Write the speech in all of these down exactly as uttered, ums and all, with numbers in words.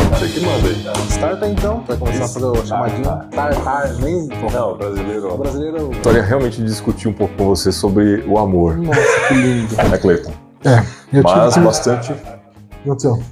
Você que manda aí. Starta então, vai começar Isso. a fazer o chamadinho. Tar, tar, tar, nem... Não, brasileiro. O brasileiro... Gostaria realmente de discutir um pouco com você sobre o amor. Nossa, que lindo. É, Cleiton? É. Eu Mas tive... bastante... O que aconteceu?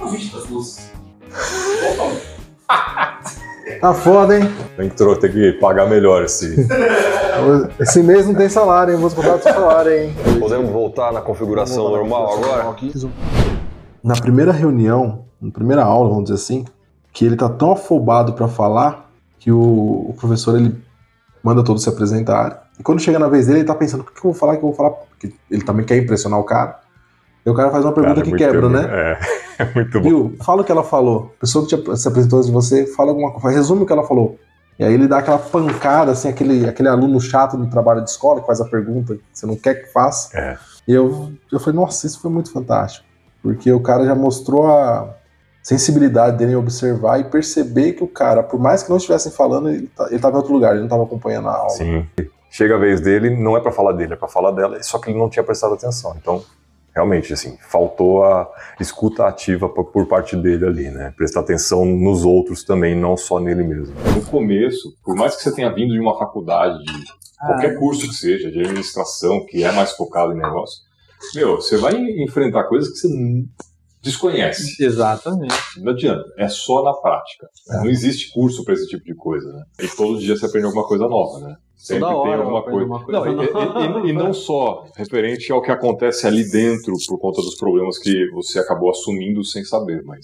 Tá foda, hein? Entrou, tem que pagar melhor esse... Esse mês não tem salário, hein? Vou descontar do seu salário, hein? Podemos voltar na configuração voltar normal na configuração agora? Normal na primeira reunião, na primeira aula, vamos dizer assim, que ele tá tão afobado pra falar que o, o professor, ele manda todos se apresentarem. E quando chega na vez dele, ele tá pensando, o que eu vou falar, o que eu vou falar? Porque ele também quer impressionar o cara. E o cara faz uma pergunta cara, é que quebra, bom. né? É, é muito bom. Viu? Fala o que ela falou. A pessoa que te, se apresentou de você, fala alguma coisa, resume o que ela falou. E aí ele dá aquela pancada, assim, aquele, aquele aluno chato no trabalho de escola que faz a pergunta que você não quer que faça. É. E eu, eu falei, nossa, isso foi muito fantástico. Porque o cara já mostrou a sensibilidade dele em observar e perceber que o cara, por mais que não estivessem falando, ele, tá, ele tava em outro lugar, ele não estava acompanhando a aula. Sim. Chega a vez dele, não é para falar dele, é para falar dela, só que ele não tinha prestado atenção. Então, realmente, assim, faltou a escuta ativa por parte dele ali, né? Prestar atenção nos outros também, não só nele mesmo. No começo, por mais que você tenha vindo de uma faculdade, de ah. qualquer curso que seja, de administração, que é mais focado em negócio, meu, você vai enfrentar coisas que você desconhece. Exatamente. Não adianta, é só na prática. É. Não existe curso para esse tipo de coisa, né? E todo dia você aprende alguma coisa nova, né? Sempre Toda tem hora alguma coisa. Uma coisa não, e, e, e não só referente ao que acontece ali dentro por conta dos problemas que você acabou assumindo sem saber, mas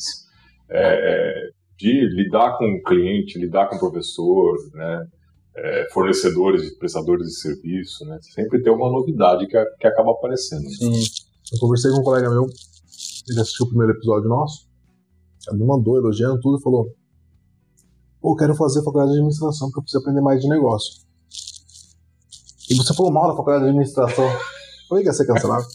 é, de lidar com o cliente, lidar com o professor, né? É, fornecedores e prestadores de serviço, né? Sempre tem uma novidade que, que acaba aparecendo. Sim. Eu conversei com um colega meu, ele assistiu o primeiro episódio nosso, ele me mandou elogiando tudo e falou: pô, eu quero fazer faculdade de administração porque eu preciso aprender mais de negócio. E você falou mal da faculdade de administração. Eu falei que ia ser cancelado.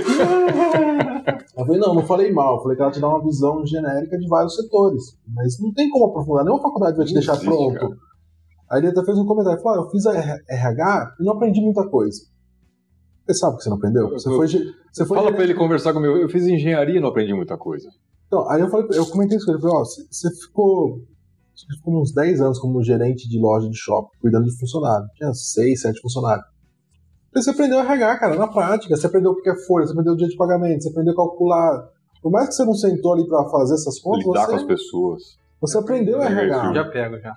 Eu falei, não, não falei mal. Eu falei que ela te dá uma visão genérica de vários setores. Mas não tem como aprofundar. Nenhuma faculdade vai te deixar existe, pronto. Cara. Aí ele até fez um comentário. Falou, ah, eu fiz a R H e não aprendi muita coisa. Você sabe que você não aprendeu? Você eu, foi, você foi fala pra ele conversar comigo. Eu fiz engenharia e não aprendi muita coisa. Então, aí eu, falei, eu comentei isso com ele. Falei, ó, você, você ficou... Você ficou uns dez anos como gerente de loja de shopping, cuidando de funcionário. Tinha seis, sete funcionários. Você aprendeu a R H, cara, na prática. Você aprendeu o que é folha, você aprendeu o dia de pagamento, você aprendeu a calcular. Por mais que você não sentou ali pra fazer essas contas, lidar você... com as pessoas. Você aprendeu a R H. Já pego, já.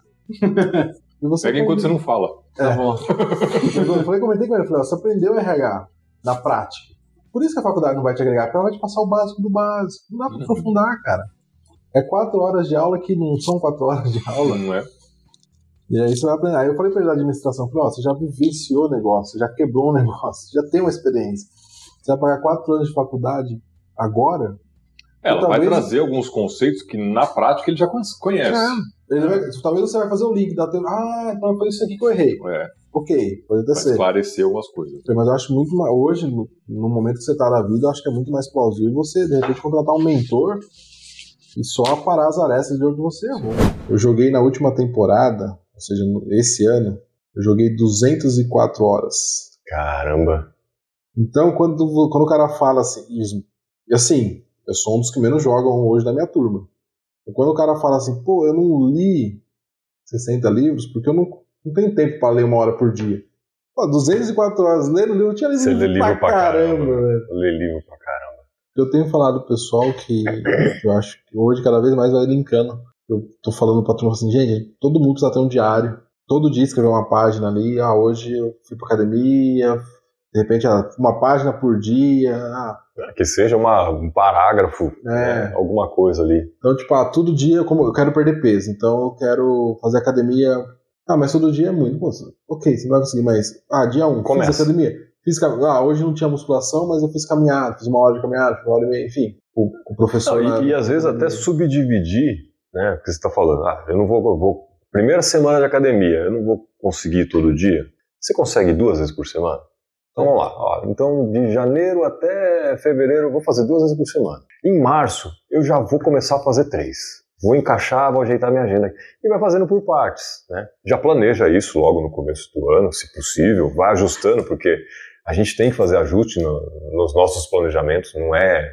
E você Pega enquanto você não fala. É. Tá bom. Eu falei, comentei com ele, falei, ó, você aprendeu R H na prática. Por isso que a faculdade não vai te agregar, porque ela vai te passar o básico do básico. Não dá pra aprofundar, cara. É quatro horas de aula que não são quatro horas de aula. Não é? E aí você vai aprender. Aí eu falei pra ele da administração, falei, ó, você já vivenciou o negócio, você já quebrou um negócio, você já tem uma experiência. Você vai pagar quatro anos de faculdade agora? Ela talvez... vai trazer alguns conceitos que na prática ele já conhece. É. Ele vai... Talvez você vai fazer um link da tela. Ah, então foi isso aqui que eu errei. É. Ok, pode até vai ser. esclarecer algumas coisas. Mas eu acho muito mais. Hoje, no, no momento que você tá na vida, eu acho que é muito mais plausível você, de repente, contratar um mentor e só aparar as arestas de onde você errou. Eu joguei na última temporada, ou seja, esse ano, eu joguei duzentas e quatro horas. Caramba! Então, quando, quando o cara fala assim, e assim, eu sou um dos que menos jogam hoje da minha turma. E quando o cara fala assim, pô, eu não li sessenta livros porque eu não, não tenho tempo para ler uma hora por dia. Pô, duzentas e quatro horas lendo livro, eu tinha lido Você livro, lê livro pra, pra caramba. caramba né? Lê livro pra caramba. Eu tenho falado pro pessoal que eu acho que hoje cada vez mais vai linkando. Eu tô falando pra turma assim, gente, todo mundo precisa ter um diário. Todo dia escrever uma página ali. Ah, hoje eu fui pra academia. De repente, ah, uma página por dia. Ah. Que seja uma, um parágrafo, é. né, alguma coisa ali. Então, tipo, ah, todo dia como eu quero perder peso. Então eu quero fazer academia. Ah, mas todo dia é muito. Pô, ok, você não vai conseguir, mas... Ah, dia um, Começa. Fiz academia. Fiz, ah, hoje não tinha musculação, mas eu fiz caminhada, fiz uma hora de caminhada, fiz uma hora e meia, enfim. O, o professor... Não, e, e às vezes até subdividir, né? Porque você está falando, ah, eu não vou, eu vou... Primeira semana de academia, eu não vou conseguir todo dia. Você consegue duas vezes por semana? Então vamos lá. Ó, então de janeiro até fevereiro eu vou fazer duas vezes por semana. Em março eu já vou começar a fazer três. Vou encaixar, vou ajeitar minha agenda. E vai fazendo por partes, né? Já planeja isso logo no começo do ano, se possível. Vai ajustando, porque... A gente tem que fazer ajuste no, nos nossos planejamentos, não é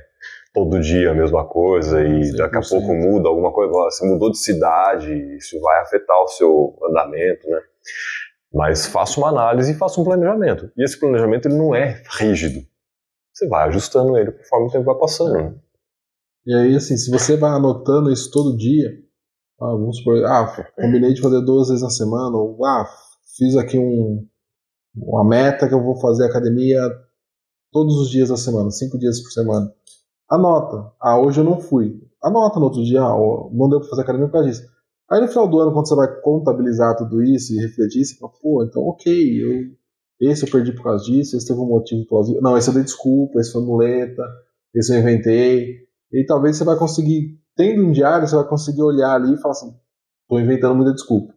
todo dia a mesma coisa e cem por cento. daqui a pouco muda alguma coisa, você mudou de cidade, isso vai afetar o seu andamento, né? Mas faça uma análise e faça um planejamento. E esse planejamento ele não é rígido. Você vai ajustando ele conforme o tempo vai passando, né? E aí, assim, se você vai anotando isso todo dia, ah, vamos supor, ah, combinei de fazer duas vezes na semana, ou ah, fiz aqui um, uma meta que eu vou fazer academia todos os dias da semana, cinco dias por semana. Anota. Ah, hoje eu não fui. Anota no outro dia, ah, não deu pra fazer academia por causa disso. Aí no final do ano, quando você vai contabilizar tudo isso e refletir, você fala, pô, então ok, eu, esse eu perdi por causa disso, esse teve um motivo plausível. Não, esse eu dei desculpa, esse foi muleta, esse eu inventei. E talvez você vai conseguir, tendo um diário, você vai conseguir olhar ali e falar assim, tô inventando muita desculpa.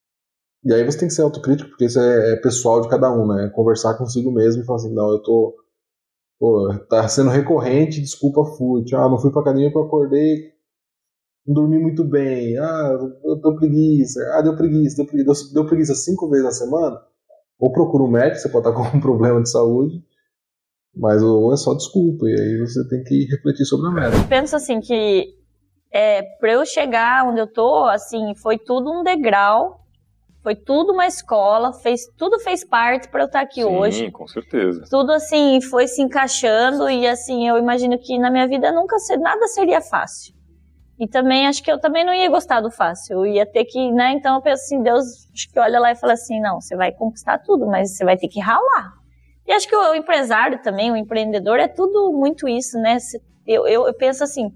E aí você tem que ser autocrítico, porque isso é, é pessoal de cada um, né? Conversar consigo mesmo e falar assim, não, eu tô... Pô, tá sendo recorrente, desculpa, fui. Ah, não fui pra academia porque eu acordei, não dormi muito bem. Ah, eu tô preguiça. Ah, deu preguiça, deu preguiça. Deu preguiça cinco vezes na semana. Ou procura um médico, você pode estar com um problema de saúde. Mas ou é só desculpa. E aí você tem que refletir sobre a meta. Eu penso assim que é, pra eu chegar onde eu tô, assim, foi tudo um degrau. Foi tudo uma escola, fez, tudo fez parte para eu estar aqui Sim, hoje. Sim, com certeza. Tudo assim, foi se encaixando e assim, eu imagino que na minha vida nunca ser, nada seria fácil. E também, acho que eu também não ia gostar do fácil, eu ia ter que, né, então eu penso assim, Deus, acho que olha lá e fala assim, não, você vai conquistar tudo, mas você vai ter que ralar. E acho que o empresário também, o empreendedor, é tudo muito isso, né, eu, eu, eu penso assim,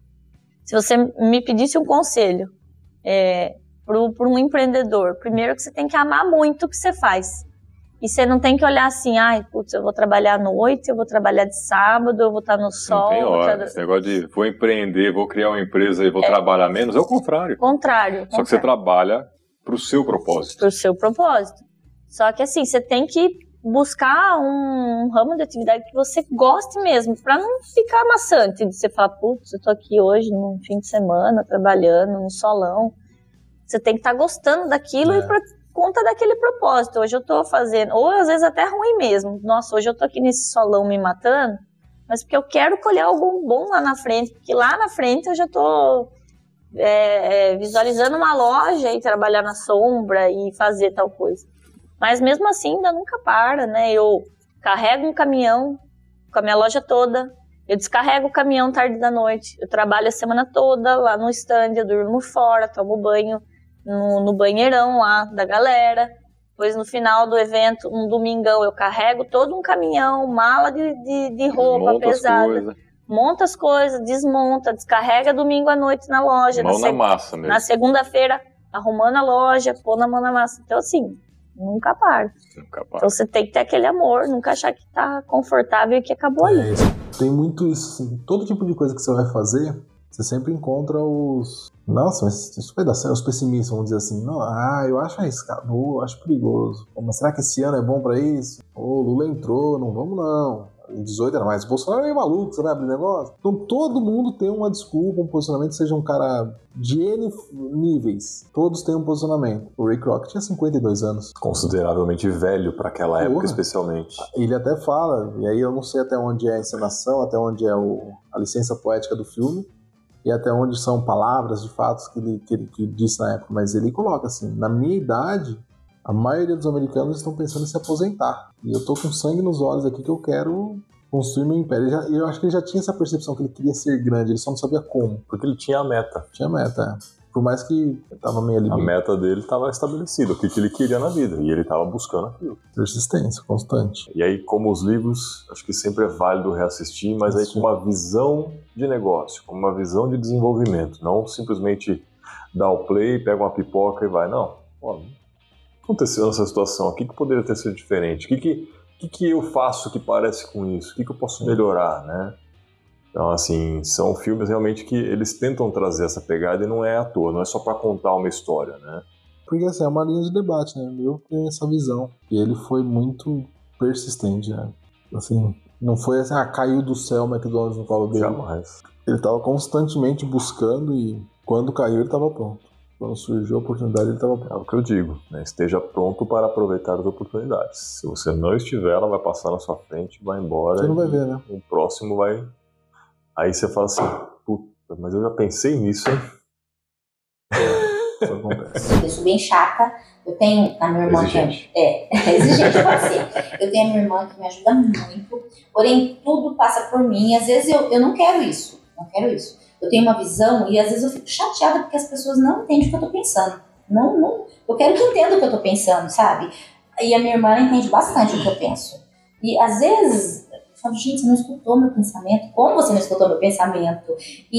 se você me pedisse um conselho, é... para um empreendedor, primeiro que você tem que amar muito o que você faz. E você não tem que olhar assim, ai, putz, eu vou trabalhar à noite, eu vou trabalhar de sábado, eu vou estar no sol. Não tem hora. Tra... Esse negócio de vou empreender, vou criar uma empresa e vou é. trabalhar menos, é o contrário. Contrário. Só contrário. que você trabalha para o seu propósito. Para o seu propósito. Só que assim, você tem que buscar um ramo de atividade que você goste mesmo, para não ficar amassante, de você falar, putz, eu tô aqui hoje no fim de semana, trabalhando no solão. Você tem que estar tá gostando daquilo é. e por conta daquele propósito. Hoje eu tô fazendo, ou às vezes até ruim mesmo. Nossa, hoje eu tô aqui nesse solão me matando, mas porque eu quero colher algo bom lá na frente, porque lá na frente eu já tô é, visualizando uma loja e trabalhar na sombra e fazer tal coisa. Mas mesmo assim ainda nunca para, né? Eu carrego um caminhão com a minha loja toda, eu descarrego o caminhão tarde da noite, eu trabalho a semana toda lá no stand, eu durmo fora, tomo banho No, no banheirão lá da galera. Depois no final do evento, um domingão, eu carrego todo um caminhão, mala de, de, de roupa Monta pesada, as monta as coisas, desmonta, descarrega domingo à noite na loja. Mão na, na seg- massa mesmo. Na segunda-feira, arrumando a loja, pondo a mão na massa. Então assim, nunca para. Nunca para. Então você tem que ter aquele amor, nunca achar que tá confortável e que acabou ali. É, tem muito isso, assim, todo tipo de coisa que você vai fazer, você sempre encontra os... Nossa, mas isso vai dar certo. Os pessimistas vão dizer assim, não, ah, eu acho arriscado, eu acho perigoso. Mas será que esse ano é bom pra isso? Ô, Lula entrou, não vamos não. Em dezoito era mais. O Bolsonaro é maluco, você vai abrir negócio? Então todo mundo tem uma desculpa, um posicionamento, seja um cara de N níveis. Todos têm um posicionamento. O Ray Kroc tinha cinquenta e dois anos. Consideravelmente velho para aquela Porra. época, especialmente. Ele até fala, e aí eu não sei até onde é a encenação, até onde é o, a licença poética do filme, e até onde são palavras de fatos que ele, que ele que disse na época, mas ele coloca assim, na minha idade, a maioria dos americanos estão pensando em se aposentar, e eu tô com sangue nos olhos aqui que eu quero construir meu império. Já, eu acho que ele já tinha essa percepção que ele queria ser grande, ele só não sabia como. Porque ele tinha a meta. Tinha meta, é. Por mais que tava meio ali... A bem. meta dele estava estabelecida, o que ele queria na vida, e ele estava buscando aquilo. Persistência, constante. E aí, como os livros, acho que sempre é válido reassistir, mas aí com uma visão de negócio, com uma visão de desenvolvimento, não simplesmente dar o play, pega uma pipoca e vai. Não, ó, aconteceu nessa situação, o que, que poderia ter sido diferente? O que, que, que, que eu faço que parece com isso? O que, que eu posso melhorar, né? Então, assim, são filmes realmente que eles tentam trazer essa pegada e não é à toa, não é só para contar uma história, né? Porque, assim, é uma linha de debate, né? Eu tenho essa visão. E ele foi muito persistente, né? Assim, não foi assim, ah, caiu do céu o McDonald's no colo dele. Jamais. Ele estava constantemente buscando e quando caiu ele estava pronto. Quando surgiu a oportunidade ele estava pronto. É o que eu digo, né? Esteja pronto para aproveitar as oportunidades. Se você não estiver, ela vai passar na sua frente, vai embora. Você não vai ver, né? O próximo vai... Aí você fala assim, puta, mas eu já pensei nisso, hein? Isso acontece. Eu sou bem chata. Eu tenho a minha irmã Exigente. que é, é exigente, pode ser. Eu tenho a minha irmã que me ajuda muito, porém tudo passa por mim. Às vezes eu, eu não quero isso, não quero isso. Eu tenho uma visão e às vezes eu fico chateada porque as pessoas não entendem o que eu tô pensando. Não, não, eu quero que entenda o que eu tô pensando, sabe? E a minha irmã entende bastante o que eu penso. E às vezes eu falo, gente, você não escutou meu pensamento? Como você não escutou meu pensamento?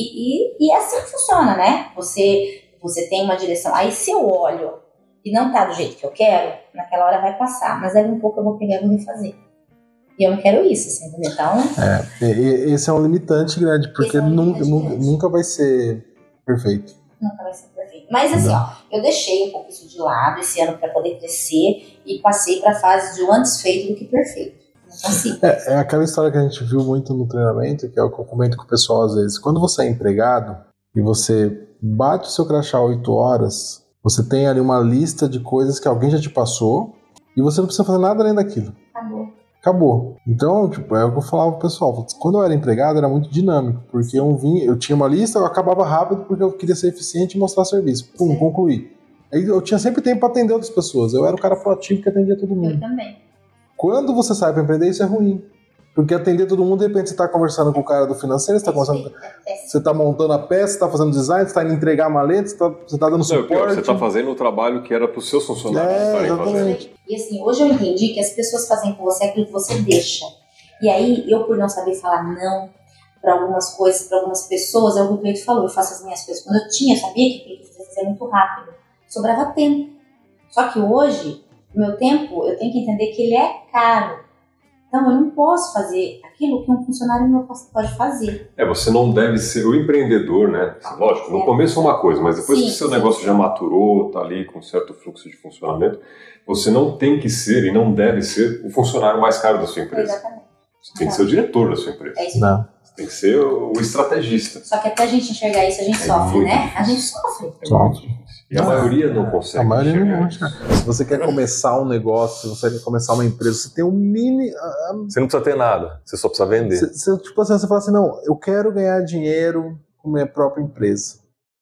E, e, e é assim que funciona, né? Você, você tem uma direção. Aí se eu olho e não tá do jeito que eu quero, naquela hora vai passar. Mas aí um pouco eu vou pegar e vou refazer. E eu não quero isso, assim, entendeu? Então... É, esse é um limitante grande, porque é um nunca, limitante nunca, nunca vai ser perfeito. Nunca vai ser perfeito. Mas assim, não. ó, eu deixei um pouco isso de lado esse ano para poder crescer e passei para a fase de o antes feito do que perfeito. Não consigo. É, é aquela história que a gente viu muito no treinamento, que é o que eu comento com o pessoal às vezes. Quando você é empregado e você bate o seu crachá oito horas... Você tem ali uma lista de coisas que alguém já te passou e você não precisa fazer nada além daquilo. Acabou. Acabou. Então, tipo, é o que eu falava pro pessoal. Quando eu era empregado, era muito dinâmico, porque eu vinha, eu tinha uma lista, eu acabava rápido porque eu queria ser eficiente e mostrar serviço. Pum, Sim. concluí. Aí eu tinha sempre tempo para atender outras pessoas. Eu era o cara proativo que atendia todo mundo. Eu também. Quando você sai para empreender, isso é ruim. Porque atender todo mundo, de repente você tá conversando com o cara do financeiro, você tá, conversando, você tá montando a peça, você tá fazendo design, você tá indo entregar a maleta, você tá, você tá dando Não, suporte. Pior, você tá fazendo o trabalho que era pros seus funcionários. É, exatamente. E assim, hoje eu entendi que as pessoas fazem com você aquilo que você deixa. E aí, eu por não saber falar não para algumas coisas, para algumas pessoas, é o que o Cleito falou, eu faço as minhas coisas. Quando eu tinha, eu sabia que aquilo que eu fazia fazer muito rápido. Sobrava tempo. Só que hoje, o meu tempo, eu tenho que entender que ele é caro. Então, eu não posso fazer aquilo que um funcionário meu pode fazer. É, você não deve ser o empreendedor, né? Lógico, no começo é uma coisa, mas depois sim, que seu sim. negócio já maturou, tá ali com certo fluxo de funcionamento, você não tem que ser e não deve ser o funcionário mais caro da sua empresa. Exatamente. Você tem que ser o diretor da sua empresa. É isso. Não. Você tem que ser o estrategista. Só que até a gente enxergar isso, a gente é sofre, né? A gente sofre. Sofre. E a ah, maioria não consegue. A maioria não consegue. Se você quer começar um negócio, se você quer começar uma empresa, você tem um mini... Você não precisa ter nada, você só precisa vender. Você, você, tipo assim, você fala assim, não, eu quero ganhar dinheiro com minha própria empresa.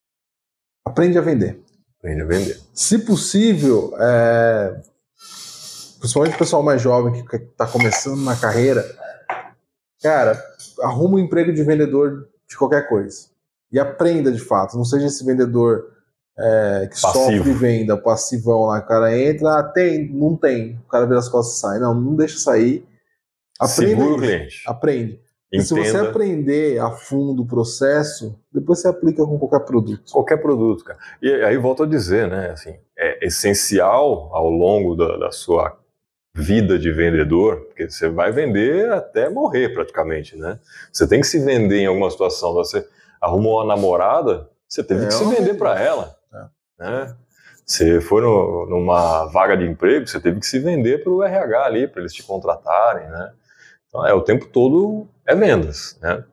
Aprende a vender. Aprende a vender. Se possível, é... principalmente o pessoal mais jovem que está começando na carreira, cara, arruma um emprego de vendedor de qualquer coisa. E aprenda de fato, não seja esse vendedor é, que Passivo. sofre venda, passivão lá, o cara entra, ah, tem, não tem, o cara vira as costas e sai. Não, não deixa sair. Aprenda, Segura o cliente. Aprende. E se você aprender a fundo o processo, depois você aplica com qualquer produto. Qualquer produto, cara. E aí volto a dizer, né, assim, é essencial ao longo da, da sua vida de vendedor, porque você vai vender até morrer praticamente, né? Você tem que se vender em alguma situação. Você arrumou uma namorada, você teve é, que se vender para ela. É. Né? Você foi no, numa vaga de emprego, você teve que se vender para o R H ali, para eles te contratarem, né? Então, é, o tempo todo é vendas, né?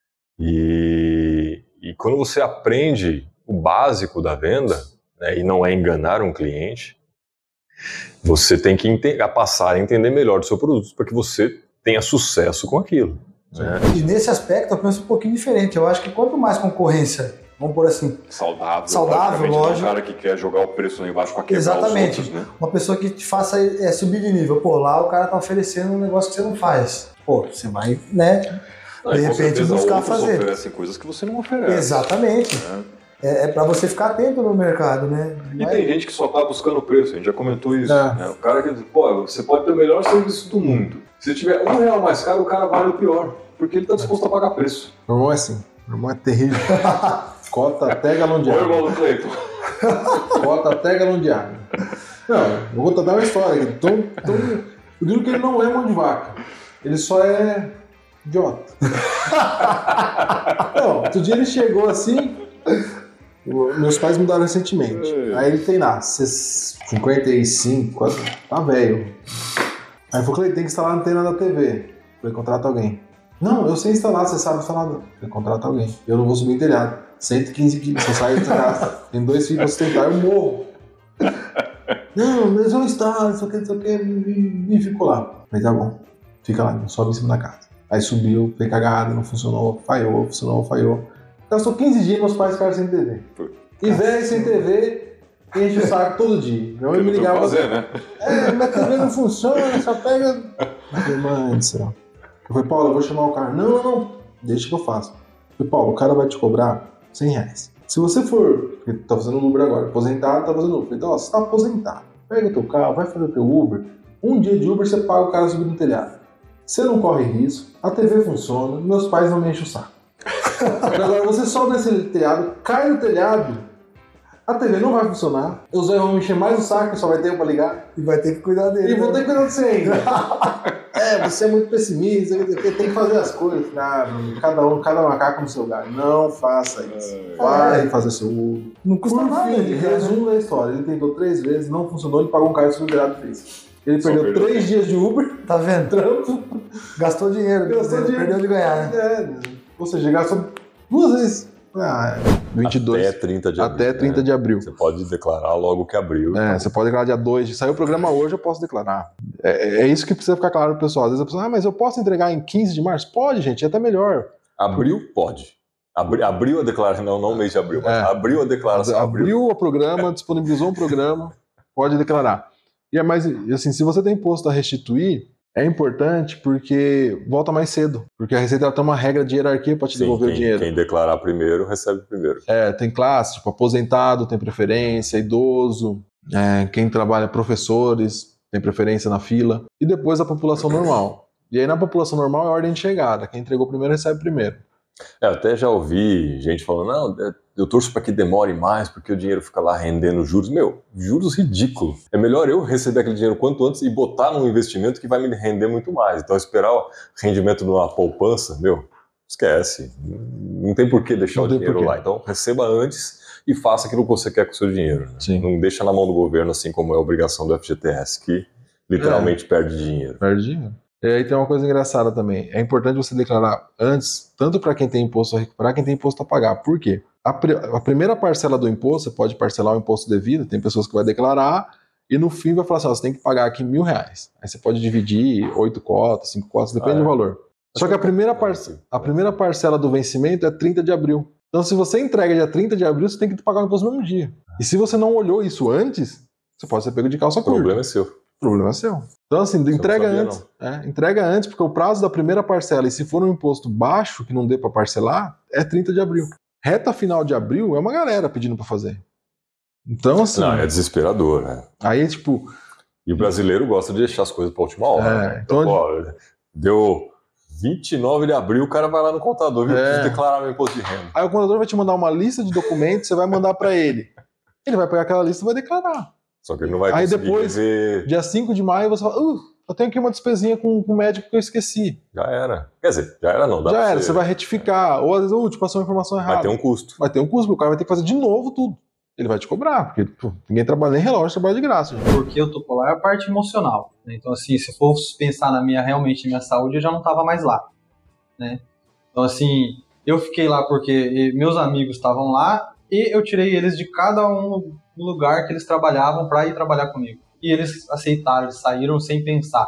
E, e quando você aprende o básico da venda, né, e não é enganar um cliente, você tem que ente- a passar a entender melhor do seu produto para que você tenha sucesso com aquilo. Né? E nesse aspecto eu penso um pouquinho diferente. Eu acho que quanto mais concorrência, vamos por assim, saudável, saudável, lógico. Um cara que quer jogar o preço lá embaixo para quebrar Exatamente. os outros, né? Uma pessoa que te faça é, subir de nível. Pô, lá o cara tá oferecendo um negócio que você não faz. Pô, você vai, né, não, de repente buscar fazer. Oferecem coisas que você não oferece. Exatamente. É. É, é para você ficar atento no mercado, né? E tem gente que só tá buscando preço, a gente já comentou isso. É. Né? O cara que diz, pô, você pode ter o melhor serviço do mundo. Se tiver um real mais caro, o cara vale o pior, porque ele tá disposto a pagar preço. Meu irmão é assim, meu irmão é terrível. Cota até galão de água. Ô, irmão do Cleiton. Cota até galão de água. Não, eu vou contar uma história. Tão, tão... Eu digo que ele não é mão de vaca, ele só é idiota. Não, outro dia ele chegou assim... Meus pais mudaram recentemente. É. Aí ele tem lá, cinquenta e cinco, quase, tá velho. Aí eu falei, tem que instalar a antena da T V. Falei, contrata alguém. Não, eu sei instalar, você sabe instalar. Falei, contrata alguém. Eu não vou subir em telhado. cento e quinze quilos, você sai de casa. Tem dois filhos pra sustentar, eu morro. Não, eles vão instalar, não sei o que, não sei o que. E ficou lá. Falei, tá bom, fica lá, sobe em cima da casa. Aí subiu, foi cagada, não funcionou, falhou, funcionou, falhou. Gastou quinze dias, meus pais ficaram sem T V. E velho sem T V, enche o saco todo dia. Meu mãe me ligava. Fazer, né? É, minha T V não funciona, só pega. Eu falei, mãe do céu. Eu falei, Paulo, eu vou chamar o cara. Não, não, não. Deixa que eu faço. Eu falei, Paulo, o cara vai te cobrar cem reais. Se você for, porque tá fazendo Uber agora, aposentado, tá fazendo Uber. Então, ó, você tá aposentado. Pega o teu carro, vai fazer o teu Uber. Um dia de Uber você paga o cara subir no telhado. Você não corre risco, a T V funciona, meus pais não me enchem o saco. Agora você sobe nesse telhado, cai no telhado, a T V não vai funcionar, os olhos vão encher mais o saco, só vai ter um pra ligar. E vai ter que cuidar dele. E vou né? ter que cuidar de você ainda. É, você é muito pessimista, tem que fazer as coisas. Ah, cada um, cada macaco no seu lugar. Não faça isso. Vai fazer seu Uber. Não custa Por nada. fim, Ele, resumo da história. Ele tentou três vezes, não funcionou, ele pagou um cara subsidiado e fez. Ele Só perdeu perdeu três dias de Uber, tá vendo? trampo, Gastou dinheiro. gastou dinheiro. Perdeu de ganhar, né? É, ou seja, gastou duas vezes. Ah, é. vinte e dois. Até trinta de abril. Até trinta né? de abril. Você pode declarar logo que abriu. É, você pode declarar dia dois. Saiu o programa hoje, eu posso declarar. É, é isso que precisa ficar claro pro pessoal. Às vezes a pessoa, ah, mas eu posso entregar em quinze de março? Pode, gente, é até melhor. Abril, pode. Abri, abriu a declaração, não, não mês de abril, mas É. abriu a declaração. Abriu. Abriu o programa, disponibilizou um programa, pode declarar. E é mais, assim, se você tem imposto a restituir, é importante porque volta mais cedo. Porque a Receita ela tem uma regra de hierarquia para te Sim, devolver quem, o dinheiro. quem declarar primeiro, recebe primeiro. É, tem classe, tipo, aposentado tem preferência, idoso, é, quem trabalha, professores, tem preferência na fila, e depois a população normal. E aí na população normal é ordem de chegada, quem entregou primeiro recebe primeiro. É, eu até já ouvi gente falando, não, eu torço para que demore mais, porque o dinheiro fica lá rendendo juros. Meu, juros ridículos. É melhor eu receber aquele dinheiro quanto antes e botar num investimento que vai me render muito mais. Então esperar o rendimento numa poupança, meu, esquece. Não tem por que deixar Não o tem dinheiro porquê. lá. Então receba antes e faça aquilo que você quer com o seu dinheiro. Né? Sim. Não deixa na mão do governo, assim como é a obrigação do F G T S, que literalmente perde dinheiro. Perde dinheiro. E aí tem uma coisa engraçada também. É importante você declarar antes, tanto para quem tem imposto a recuperar, quem tem imposto a pagar. Por quê? A, pre- a primeira parcela do imposto, você pode parcelar o imposto devido, tem pessoas que vai declarar, e no fim vai falar assim, ó, você tem que pagar aqui mil reais. Aí você pode dividir oito cotas, cinco cotas, depende Ah, é. do valor. Só que a primeira, parce- a primeira parcela do vencimento é trinta de abril. Então se você entrega dia trinta de abril, você tem que pagar o imposto no mesmo dia. E se você não olhou isso antes, você pode ser pego de calça O curta. problema é seu. O problema é seu. Então, assim, não entrega sabia, antes. É, entrega antes, porque o prazo da primeira parcela, e se for um imposto baixo, que não dê para parcelar, é trinta de abril. Reta final de abril é uma galera pedindo para fazer. Então, assim. Não, é desesperador, né? Aí, tipo. E o brasileiro gosta de deixar as coisas para última hora. É, né? então- Então, ó, deu vinte e nove de abril, o cara vai lá no contador, viu? É. Preciso declarar meu imposto de renda. Aí o contador vai te mandar uma lista de documentos, você vai mandar para ele. Ele vai pegar aquela lista e vai declarar. Só que ele não vai Aí conseguir depois- ver. Dia cinco de maio, você fala, uh, eu tenho aqui uma despesinha com, com o médico que eu esqueci. Já era. Quer dizer, já era não. Dá Já pra era, você... você vai retificar. Ou às vezes, uh, te passou uma informação errada. Vai ter um custo. Vai ter um custo, porque o cara vai ter que fazer de novo tudo. Ele vai te cobrar, porque pô, ninguém trabalha, nem relógio trabalha de graça. Gente. Porque eu tô lá é a parte emocional, né? Então, assim, se for pensar na minha, realmente, na minha saúde, eu já não tava mais lá, né? Então, assim, eu fiquei lá porque meus amigos estavam lá e eu tirei eles de cada um lugar que eles trabalhavam para ir trabalhar comigo. E eles aceitaram, eles saíram sem pensar.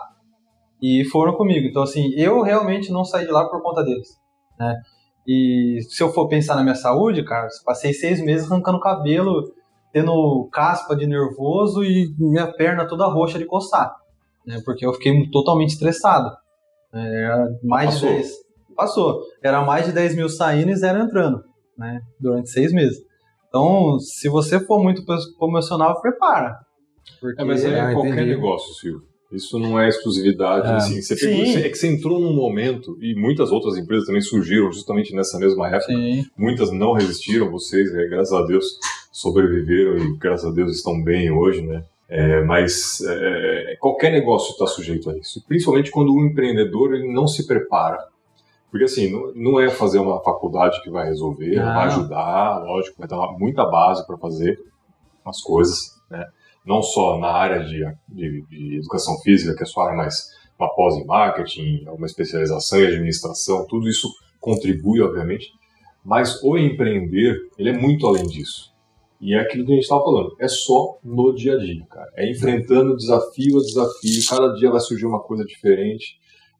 E foram comigo. Então, assim, eu realmente não saí de lá por conta deles, né? E se eu for pensar na minha saúde, cara, passei seis meses arrancando cabelo, tendo caspa de nervoso e minha perna toda roxa de coçar, né? Porque eu fiquei totalmente estressado. Era mais Passou. de dez. Passou. Era mais de dez mil saindo e zero entrando, né? Durante seis meses. Então, se você for muito emocional, prepara. Porque É, mas é Ah, qualquer entendi. negócio, Silvio. Isso não é exclusividade. É. Assim, você pegou, Sim. é que você entrou num momento, e muitas outras empresas também surgiram justamente nessa mesma época. Sim. Muitas não resistiram, vocês, né, graças a Deus, sobreviveram e graças a Deus estão bem hoje, né? É, mas é, qualquer negócio está sujeito a isso. Principalmente quando o empreendedor ele não se prepara. Porque assim, não, não é fazer uma faculdade que vai resolver, Não. vai ajudar, lógico, vai dar muita base para fazer as coisas, né? Não só na área de, de, de educação física, que é a sua área mais uma pós em marketing, uma especialização em administração, tudo isso contribui, obviamente, mas o empreender, ele é muito além disso. E é aquilo que a gente estava falando, é só no dia a dia, cara. É enfrentando desafio a desafio, cada dia vai surgir uma coisa diferente.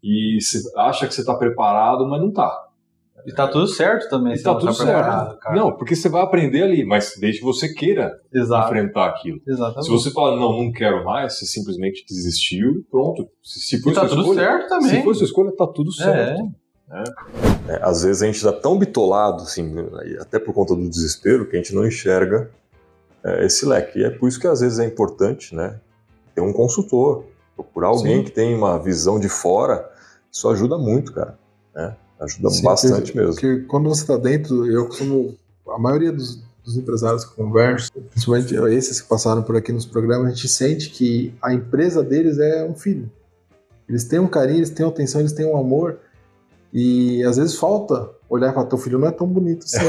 e você acha que você está preparado, mas não está. E tá tudo certo também. E tá tudo certo. Cara. Não, porque você vai aprender ali, mas desde que você queira Exato. enfrentar aquilo. Exatamente. Se você falar, não, não quero mais, você simplesmente desistiu e pronto. Se, se for e tá sua tudo escolha, certo também. Se for sua escolha, tá tudo certo. É. É. É, às vezes a gente tá tão bitolado, assim, até por conta do desespero, que a gente não enxerga é, esse leque. E é por isso que às vezes é importante, né, ter um consultor, procurar alguém Sim. que tem uma visão de fora. Isso ajuda muito, cara, né? Ajuda Sim, bastante porque, mesmo. Porque quando você está dentro, eu costumo. A maioria dos, dos empresários que eu converso, principalmente esses que passaram por aqui nos programas, a gente sente que a empresa deles é um filho. Eles têm um carinho, eles têm uma atenção, eles têm um amor. E às vezes falta olhar e falar: teu filho não é tão bonito assim.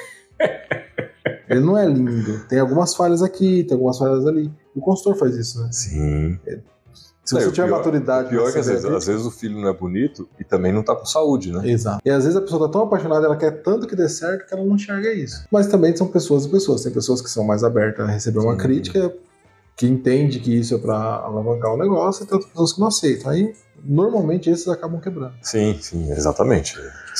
Ele não é lindo. Tem algumas falhas aqui, tem algumas falhas ali. O consultor faz isso, né? Sim. É. Se você não, tiver pior, maturidade... O pior é que às vezes, às vezes o filho não é bonito e também não tá com saúde, né? Exato. E às vezes a pessoa tá tão apaixonada, ela quer tanto que dê certo que ela não enxerga isso. Mas também são pessoas e pessoas. Tem pessoas que são mais abertas a receber uma Sim. crítica, que entende que isso é pra alavancar o negócio, e tem outras pessoas que não aceitam. Aí, normalmente, esses acabam quebrando. Sim, sim, exatamente.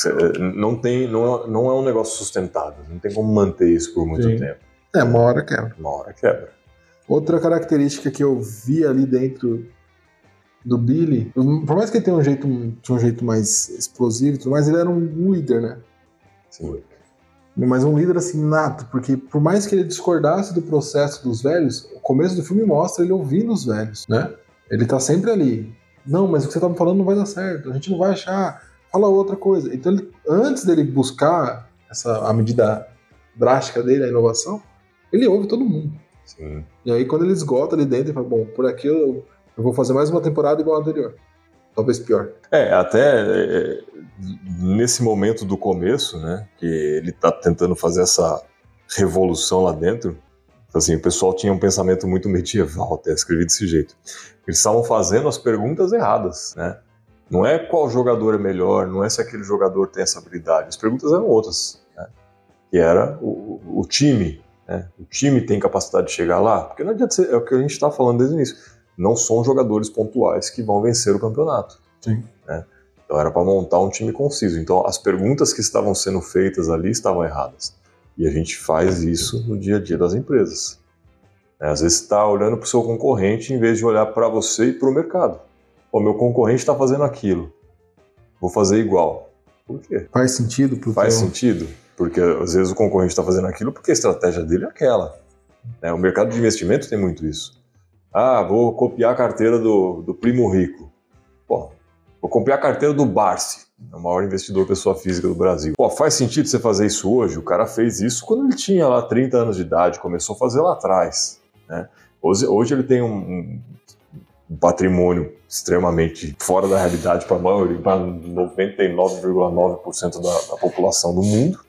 Não, tem, não, é, não é um negócio sustentável. Não tem como manter isso por muito sim. tempo. É, uma hora quebra. Uma hora quebra. Outra característica que eu vi ali dentro... do Billy, por mais que ele tenha um jeito, um jeito mais explosivo e tudo mais, ele era um líder, né? Sim. Mas um líder assim, nato, porque por mais que ele discordasse do processo dos velhos, o começo do filme mostra ele ouvindo os velhos, né? Ele tá sempre ali. Não, mas o que você tá me falando não vai dar certo, a gente não vai achar, fala outra coisa. Então, ele, antes dele buscar essa, a medida drástica dele, a inovação, ele ouve todo mundo. Sim. E aí, quando ele esgota ali dentro, ele fala, bom, por aqui eu... eu vou fazer mais uma temporada igual a anterior. Talvez pior. É, até é, nesse momento do começo, né, que ele tá tentando fazer essa revolução lá dentro, assim, o pessoal tinha um pensamento muito medieval, até escrevi desse jeito. Eles estavam fazendo as perguntas erradas, né? Não é qual jogador é melhor, não é se aquele jogador tem essa habilidade. As perguntas eram outras, né? Que era o, o time, né? O time tem capacidade de chegar lá? Porque não adianta ser, é o que a gente está falando desde o início. Não são jogadores pontuais que vão vencer o campeonato. Sim. Né? Então era para montar um time conciso. Então as perguntas que estavam sendo feitas ali estavam erradas. E a gente faz isso no dia a dia das empresas. É, às vezes você está olhando para o seu concorrente em vez de olhar para você e para o mercado. O meu concorrente está fazendo aquilo. Vou fazer igual. Por quê? Faz sentido? Pro Faz teu... sentido. Porque às vezes o concorrente está fazendo aquilo porque a estratégia dele é aquela. É, o mercado de investimento tem muito isso. Ah, vou copiar a carteira do, do primo rico. Pô, vou copiar a carteira do Barsi, é o maior investidor pessoa física do Brasil. Pô, faz sentido você fazer isso hoje? O cara fez isso quando ele tinha lá trinta anos de idade, começou a fazer lá atrás. Né? Hoje, hoje ele tem um, um patrimônio extremamente fora da realidade para a maioria, para noventa e nove vírgula nove por cento da, da população do mundo.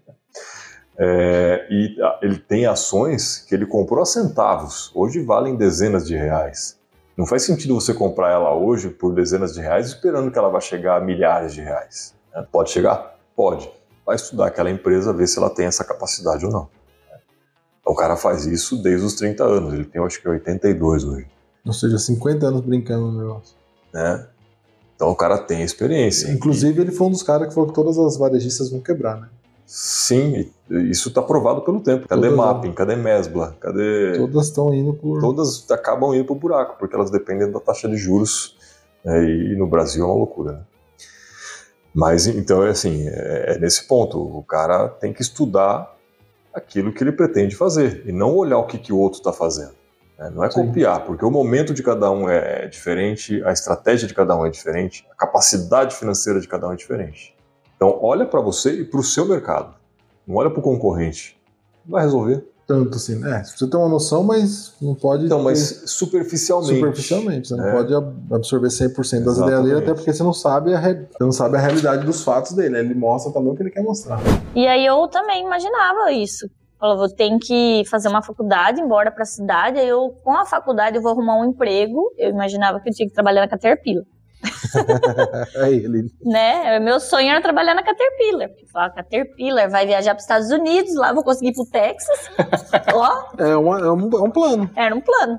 É, e ele tem ações que ele comprou a centavos, hoje valem dezenas de reais. Não faz sentido você comprar ela hoje por dezenas de reais esperando que ela vá chegar a milhares de reais. Né? Pode chegar? Pode. Vai estudar aquela empresa, ver se ela tem essa capacidade ou não. Então, o cara faz isso desde os trinta anos, ele tem acho que oitenta e dois hoje. Ou seja, cinquenta anos brincando no negócio. Né? Então o cara tem experiência. Inclusive ele foi um dos caras que falou que todas as varejistas vão quebrar, né? Sim, isso está provado pelo tempo. Cadê todas, Mapping? Cadê Mesbla? Cadê... Todas estão indo por... Todas acabam indo pro buraco, porque elas dependem da taxa de juros, né? E no Brasil é uma loucura, né? Mas, então, é assim, é, é nesse ponto. O cara tem que estudar aquilo que ele pretende fazer, e não olhar o que, que o outro está fazendo. Né? Não é Sim. copiar, porque o momento de cada um é diferente, a estratégia de cada um é diferente, a capacidade financeira de cada um é diferente. Então, olha para você e para o seu mercado. Não olha para o concorrente. Não vai resolver. Tanto assim, né? Você tem uma noção, mas não pode... Então, ter... mas superficialmente. Superficialmente. Você não é. pode absorver cem por cento das ideias dele, até porque você não, sabe a re... você não sabe a realidade dos fatos dele. Ele mostra também o que ele quer mostrar. E aí eu também imaginava isso. Falava, vou ter que fazer uma faculdade, embora para a cidade. Aí eu, com a faculdade, eu vou arrumar um emprego. Eu imaginava que eu tinha que trabalhar na Caterpillar. É ele. Né? Meu sonho era trabalhar na Caterpillar. A Caterpillar vai viajar para os Estados Unidos, lá eu vou conseguir ir pro Texas. Ó. É, uma, é, um, é um plano. Era um plano.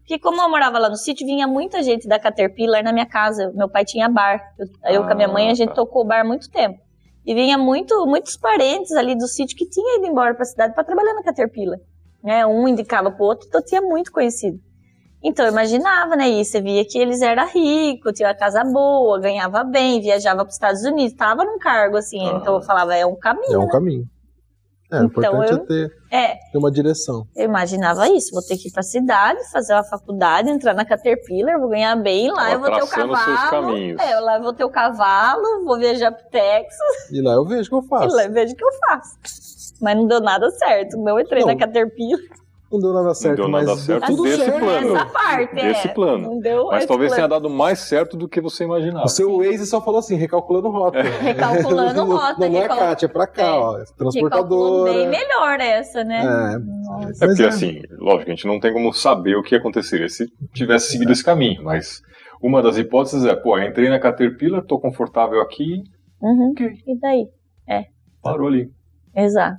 Porque como eu morava lá no sítio, vinha muita gente da Caterpillar na minha casa. Meu pai tinha bar. Eu, eu Ah, com a minha mãe, a gente tá. tocou o bar há muito tempo. E vinha muito, muitos parentes ali do sítio que tinham ido embora pra cidade para trabalhar na Caterpillar. Né? Um indicava pro outro, então tinha muito conhecido. Então eu imaginava, né? E você via que eles eram ricos, tinham uma casa boa, ganhava bem, viajava para os Estados Unidos, estava num cargo assim. Ah. Então eu falava, é um caminho. É um né? caminho. É, o Então, importante eu- é ter, É, ter uma direção. eu imaginava isso. Vou ter que ir pra cidade, fazer uma faculdade, entrar na Caterpillar, vou ganhar bem, lá Tava eu vou ter o traçando os seus cavalo. caminhos. É, lá eu vou ter o cavalo, vou viajar pro Texas E lá eu vejo o que eu e faço. lá eu vejo o que eu faço. Mas não deu nada certo. Não entrei Não. na Caterpillar. Não deu nada certo, deu mas nada deu certo tudo desse certo. plano. Essa parte, Desse é. plano. Não deu Mas esse talvez tenha plano. dado mais certo do que você imaginava. O seu Waze só falou assim, recalculando rota. Recalculando Não, rota, Não, não é recal- Kátia, é pra cá, É. ó. Recalculou Transportadora. bem melhor essa, né? É. Nossa. É Mas porque é. assim, lógico, a gente não tem como saber o que aconteceria se tivesse seguido esse caminho, mas uma das hipóteses é, pô, eu entrei na Caterpillar, tô confortável aqui, Uhum. Ok. E daí? parou ali. Exato.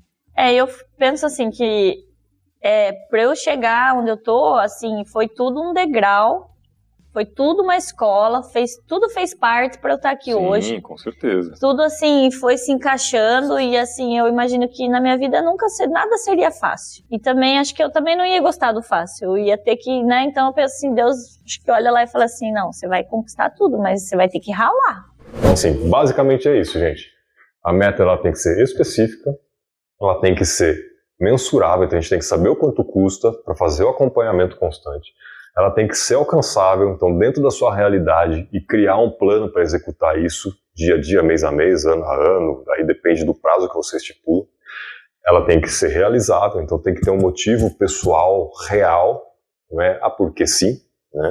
É, eu penso assim que é, para eu chegar onde eu tô, assim, foi tudo um degrau, foi tudo uma escola, fez, tudo fez parte para eu estar aqui Sim, hoje. com certeza. Tudo assim foi se encaixando e assim eu imagino que na minha vida nunca ser, nada seria fácil. E também acho que eu também não ia gostar do fácil. Eu ia ter que, né? Então eu penso assim, Deus acho que olha lá e fala assim, não, você vai conquistar tudo, mas você vai ter que ralar. Então, assim, basicamente é isso, gente. A meta ela tem que ser específica, ela tem que ser mensurável, então a gente tem que saber o quanto custa para fazer o acompanhamento constante. Ela tem que ser alcançável, então dentro da sua realidade e criar um plano para executar isso dia a dia, mês a mês, ano a ano, aí depende do prazo que você estipula. Ela tem que ser realizável, então tem que ter um motivo pessoal real, não é? Ah, porque sim, né?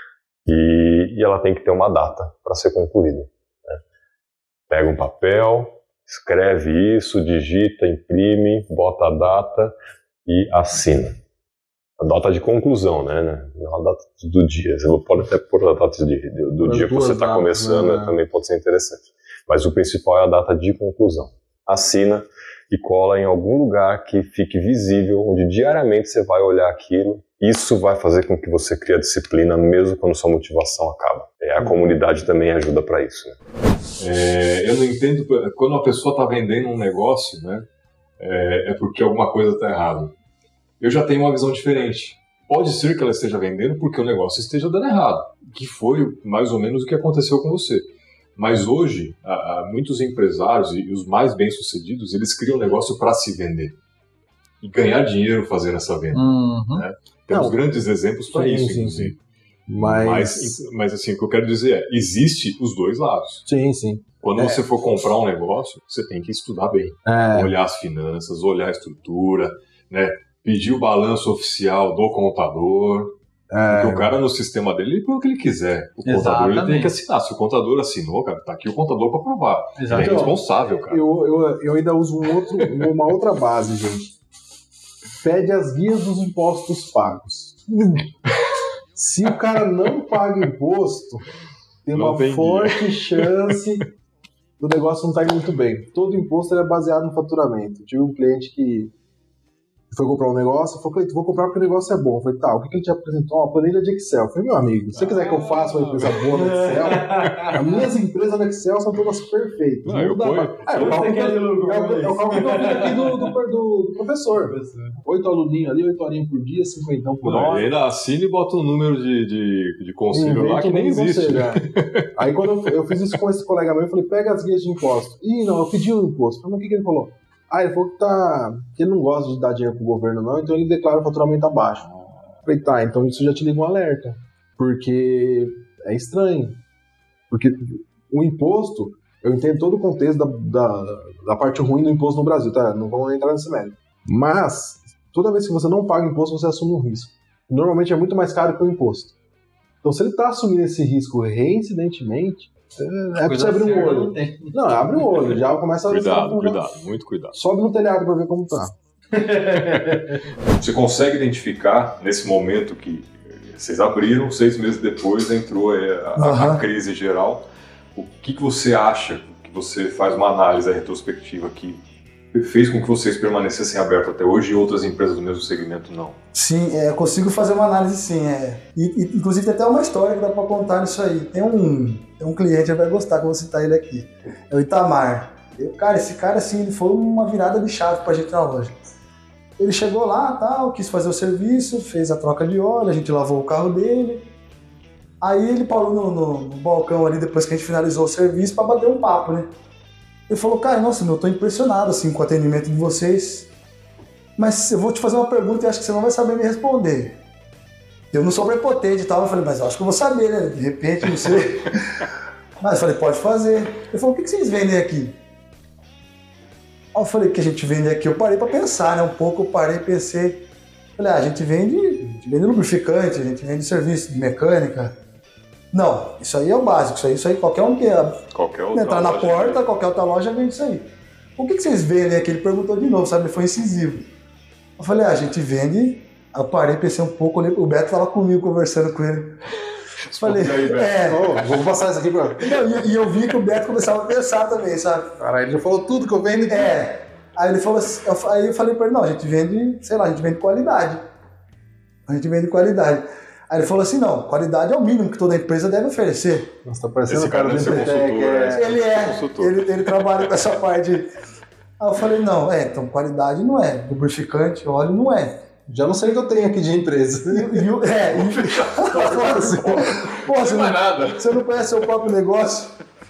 E, e ela tem que ter uma data para ser concluída. Né? Pega um papel, escreve isso, digita, imprime, bota a data e assina. A data de conclusão, né? Não a data do dia. Você pode até pôr a data de, de, do As dia que duas você está datas, começando, né? também pode ser interessante. Mas o principal é a data de conclusão. Assina e cola em algum lugar que fique visível, onde diariamente você vai olhar aquilo. Isso vai fazer com que você crie a disciplina, mesmo quando sua motivação acaba. E a comunidade também ajuda para isso. Né? É, eu não entendo, quando a pessoa está vendendo um negócio, né, é, é porque alguma coisa está errada. Eu já tenho uma visão diferente. Pode ser que ela esteja vendendo porque o negócio esteja dando errado, que foi mais ou menos o que aconteceu com você. Mas hoje, há, há muitos empresários e os mais bem-sucedidos, eles criam um negócio para se vender e ganhar dinheiro fazendo essa venda. Uhum. Né? Temos Não. grandes exemplos para Sim, isso, sim, inclusive. Mas... Mas, mas assim, o que eu quero dizer é, existe os dois lados. Sim, sim. Quando É. você for comprar um negócio, você tem que estudar bem. É, Olhar as finanças, olhar a estrutura, né? Pedir o balanço oficial do contador. é, Porque o cara no sistema dele, ele põe o que ele quiser. O contador ele tem Exatamente. que assinar. Se o contador assinou, cara, tá aqui o contador para provar. Ele é Exatamente. responsável, cara. eu, eu, eu ainda uso um outro, uma outra base, gente. Pede as guias dos impostos pagos. Se o cara não paga imposto, tem Não uma tem forte chance do negócio não estar indo muito bem. Todo imposto é baseado no faturamento. Eu tive um cliente que foi comprar um negócio, falou, Cleiton, vou comprar porque o negócio é bom. Eu falei, tá, o que, que ele te apresentou? Uma planilha de Excel. Eu falei, meu amigo, se você quiser que eu faça uma empresa boa no Excel, as minhas empresas no Excel são todas perfeitas. Não, eu dá ponho- pra- É, o cálculo que eu- é o- é o cálculo que eu fiz aqui do, do, do- do professor. Oito aluninhos ali, oito horinhas por dia, cinquentão por Não, hora. ele ainda assina e bota um número de, de, de conselho lá Inventa que um nem nome de existe. conselho, é. Aí quando eu, eu fiz isso com esse colega meu, eu falei, pega as guias de imposto. Ih, não, eu pedi o imposto. Eu falei, mas o que, que ele falou? Ah, ele falou que, tá, que ele não gosta de dar dinheiro pro governo não, então ele declara o faturamento abaixo. Eu falei, tá, então isso já te liga um alerta. Porque é estranho. Porque o imposto, eu entendo todo o contexto da, da, da parte ruim do imposto no Brasil, tá? Não vamos entrar nesse mérito. Mas, toda vez que você não paga imposto, você assume um risco. Normalmente é muito mais caro que o imposto. Então, se ele está assumindo esse risco reincidentemente, é, é pra você abrir um olho. Não tem. Não, abre o olho, já começa a... Cuidado, cuidado, muito cuidado. Sobe no telhado pra ver como tá. Você consegue identificar nesse momento que vocês abriram, seis meses depois entrou a, a- Aham. a crise geral, o que, que você acha, que você faz uma análise retrospectiva que fez com que vocês permanecessem abertos até hoje e outras empresas do mesmo segmento não? Sim, é, eu consigo fazer uma análise sim. É. E, e, inclusive tem até uma história que dá para contar nisso aí. Tem um, tem um cliente, ele vai gostar que eu vou citar ele aqui. É o Itamar. Eu, cara, esse cara assim, ele foi uma virada de chave pra gente na loja. Ele chegou lá, tal, quis fazer o serviço, fez a troca de óleo, a gente lavou o carro dele. Aí ele parou no, no, no balcão ali, depois que a gente finalizou o serviço, para bater um papo, né? Ele falou, cara, nossa, meu, eu tô impressionado assim, com o atendimento de vocês, mas eu vou te fazer uma pergunta e acho que você não vai saber me responder. Eu não sou prepotente e tal, eu falei, mas eu acho que eu vou saber, né? De repente, não sei. Mas eu falei, pode fazer. Ele falou, o que, que vocês vendem aqui? Aí eu falei, o que a gente vende aqui? Eu parei pra pensar, né? Um pouco eu parei e pensei. Falei, ah, a gente vende, a gente vende lubrificante, a gente vende serviço de mecânica. Não, isso aí é o básico, isso aí, isso aí qualquer um que qualquer outra entrar na loja porta, vende. Qualquer outra loja vende isso aí. O que, que vocês vendem aqui? Ele perguntou de novo, sabe? Ele foi incisivo. Eu falei, ah, a gente vende. Aí eu parei, pensei um pouco, o Beto tava comigo conversando com ele. Falei, aí, Beto. é. Oh, vou passar isso aqui pra... Não, e, e eu vi que o Beto começava a pensar também, sabe? Cara, ele já falou tudo que eu vendo. É. Aí ele falou assim, eu, aí eu falei pra ele, não, a gente vende, sei lá, a gente vende qualidade. A gente vende qualidade. Aí ele falou assim, não, qualidade é o mínimo que toda empresa deve oferecer. Nossa, tá parecendo Esse o cara cara do deve ser Empretec. consultor, É... né? Ele é, Consultor. ele, ele trabalha com essa parte. Aí eu falei, não, é, então qualidade não é, lubrificante, óleo não é. Já não sei o que eu tenho aqui de empresa. E, e, o- é, e, pô, você Não é não, nada. você não conhece seu próprio negócio?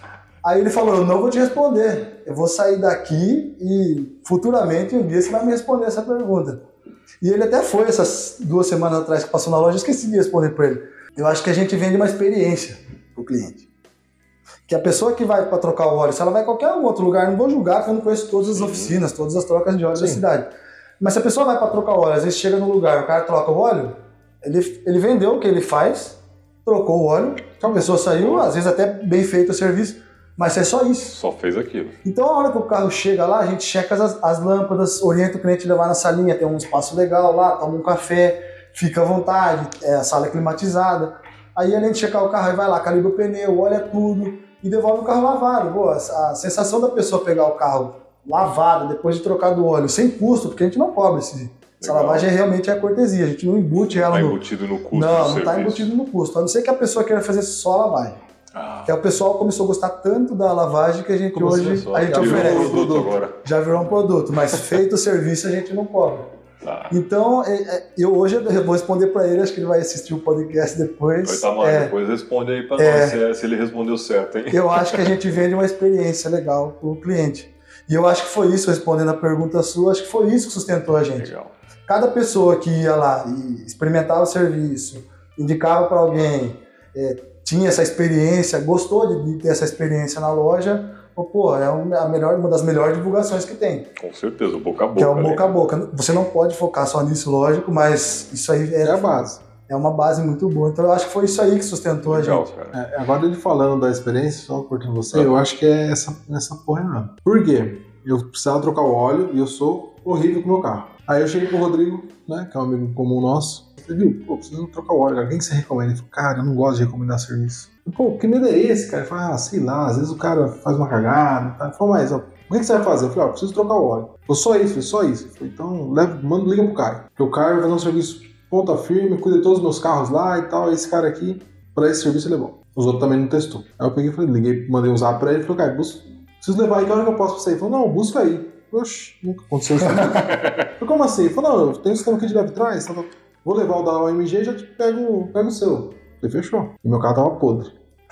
Aí ele falou, eu não vou te responder, eu vou sair daqui e futuramente um dia você vai me responder essa pergunta. E ele até foi essas duas semanas atrás que passou na loja, eu esqueci de responder para ele. Eu acho que a gente vende uma experiência pro cliente. Que a pessoa que vai para trocar o óleo, se ela vai em qualquer outro lugar, não vou julgar porque eu não conheço todas as oficinas, todas as trocas de óleo da cidade. Mas se a pessoa vai para trocar o óleo, às vezes chega no lugar, o cara troca o óleo, ele, ele vendeu o que ele faz, trocou o óleo, a pessoa saiu, às vezes até bem feito o serviço, mas é só isso. Só fez aquilo. Então, a hora que o carro chega lá, a gente checa as, as lâmpadas, orienta o cliente a levar na salinha, tem um espaço legal lá, toma um café, fica à vontade, é, a sala é climatizada. Aí, além de checar o carro, aí vai lá, calibra o pneu, olha tudo e devolve o carro lavado. Boa, a, a sensação da pessoa pegar o carro lavado, depois de trocar do óleo, sem custo, porque a gente não cobra esse, essa Legal. lavagem, é realmente a cortesia, a gente não embute ela Tá no... embutido no custo Não, do não serviço. está embutido no custo, a não ser que a pessoa queira fazer só a lavagem. Ah, Que o pessoal começou a gostar tanto da lavagem que a gente Começou hoje só. a gente Já virou oferece. um produto agora. Já virou um produto, mas feito o serviço a gente não cobra. Tá. Então, é, é, eu hoje eu vou responder para ele, acho que ele vai assistir o podcast depois. Oi, Tamar, É, depois responde aí pra É. nós se, é- se ele respondeu certo, hein? eu acho que a gente vende uma experiência legal para o cliente. E eu acho que foi isso, respondendo a pergunta sua, acho que foi isso que sustentou a gente. Legal. Cada pessoa que ia lá e experimentava o serviço, indicava para alguém, é, tinha essa experiência, gostou de, de ter essa experiência na loja, pô, pô, é um- a melhor, uma das melhores divulgações que tem, Com certeza, boca a boca. que é o né? boca a boca. Você não pode focar só nisso, lógico, mas isso aí é, É a base. é uma base muito boa. Então eu acho que foi isso aí que sustentou Legal, a gente. cara. É, agora ele falando da experiência, só cortando você, eu acho que é essa, essa porra nada. Por quê? Eu precisava trocar o óleo e eu sou horrível com o meu carro. Aí eu cheguei pro Rodrigo, né, que é um amigo comum nosso. Ele viu, pô, preciso trocar o óleo, cara. Quem que você recomenda? Ele falou, cara, eu não gosto de recomendar serviço. Eu, pô, que medo é esse, cara? Ele falou, ah, sei lá, às vezes o cara faz uma cagada. Tá? Ele falou, mas ó, o que, que você vai fazer? Eu falei, ó, preciso trocar o óleo. Ele falou, só isso, eu falei, só isso. Ele falou, então, leva, manda, liga pro Caio. Porque o Caio vai fazer um serviço ponta firme, cuida de todos os meus carros lá e tal. Esse cara aqui, pra esse serviço ele é bom. Os outros também não testou. Aí eu peguei e falei, liguei, mandei um zap pra ele e falei, Caio, busca, preciso levar aí, que hora que eu posso pra você? Ele falou, não, busca aí. Oxi, nunca aconteceu isso. Eu falei, como assim? Ele falou, não, eu tenho um sistema aqui de leve trás, então vou levar o da O M G e já te pego, pego o seu. Eu falei, fechou. E meu carro tava podre.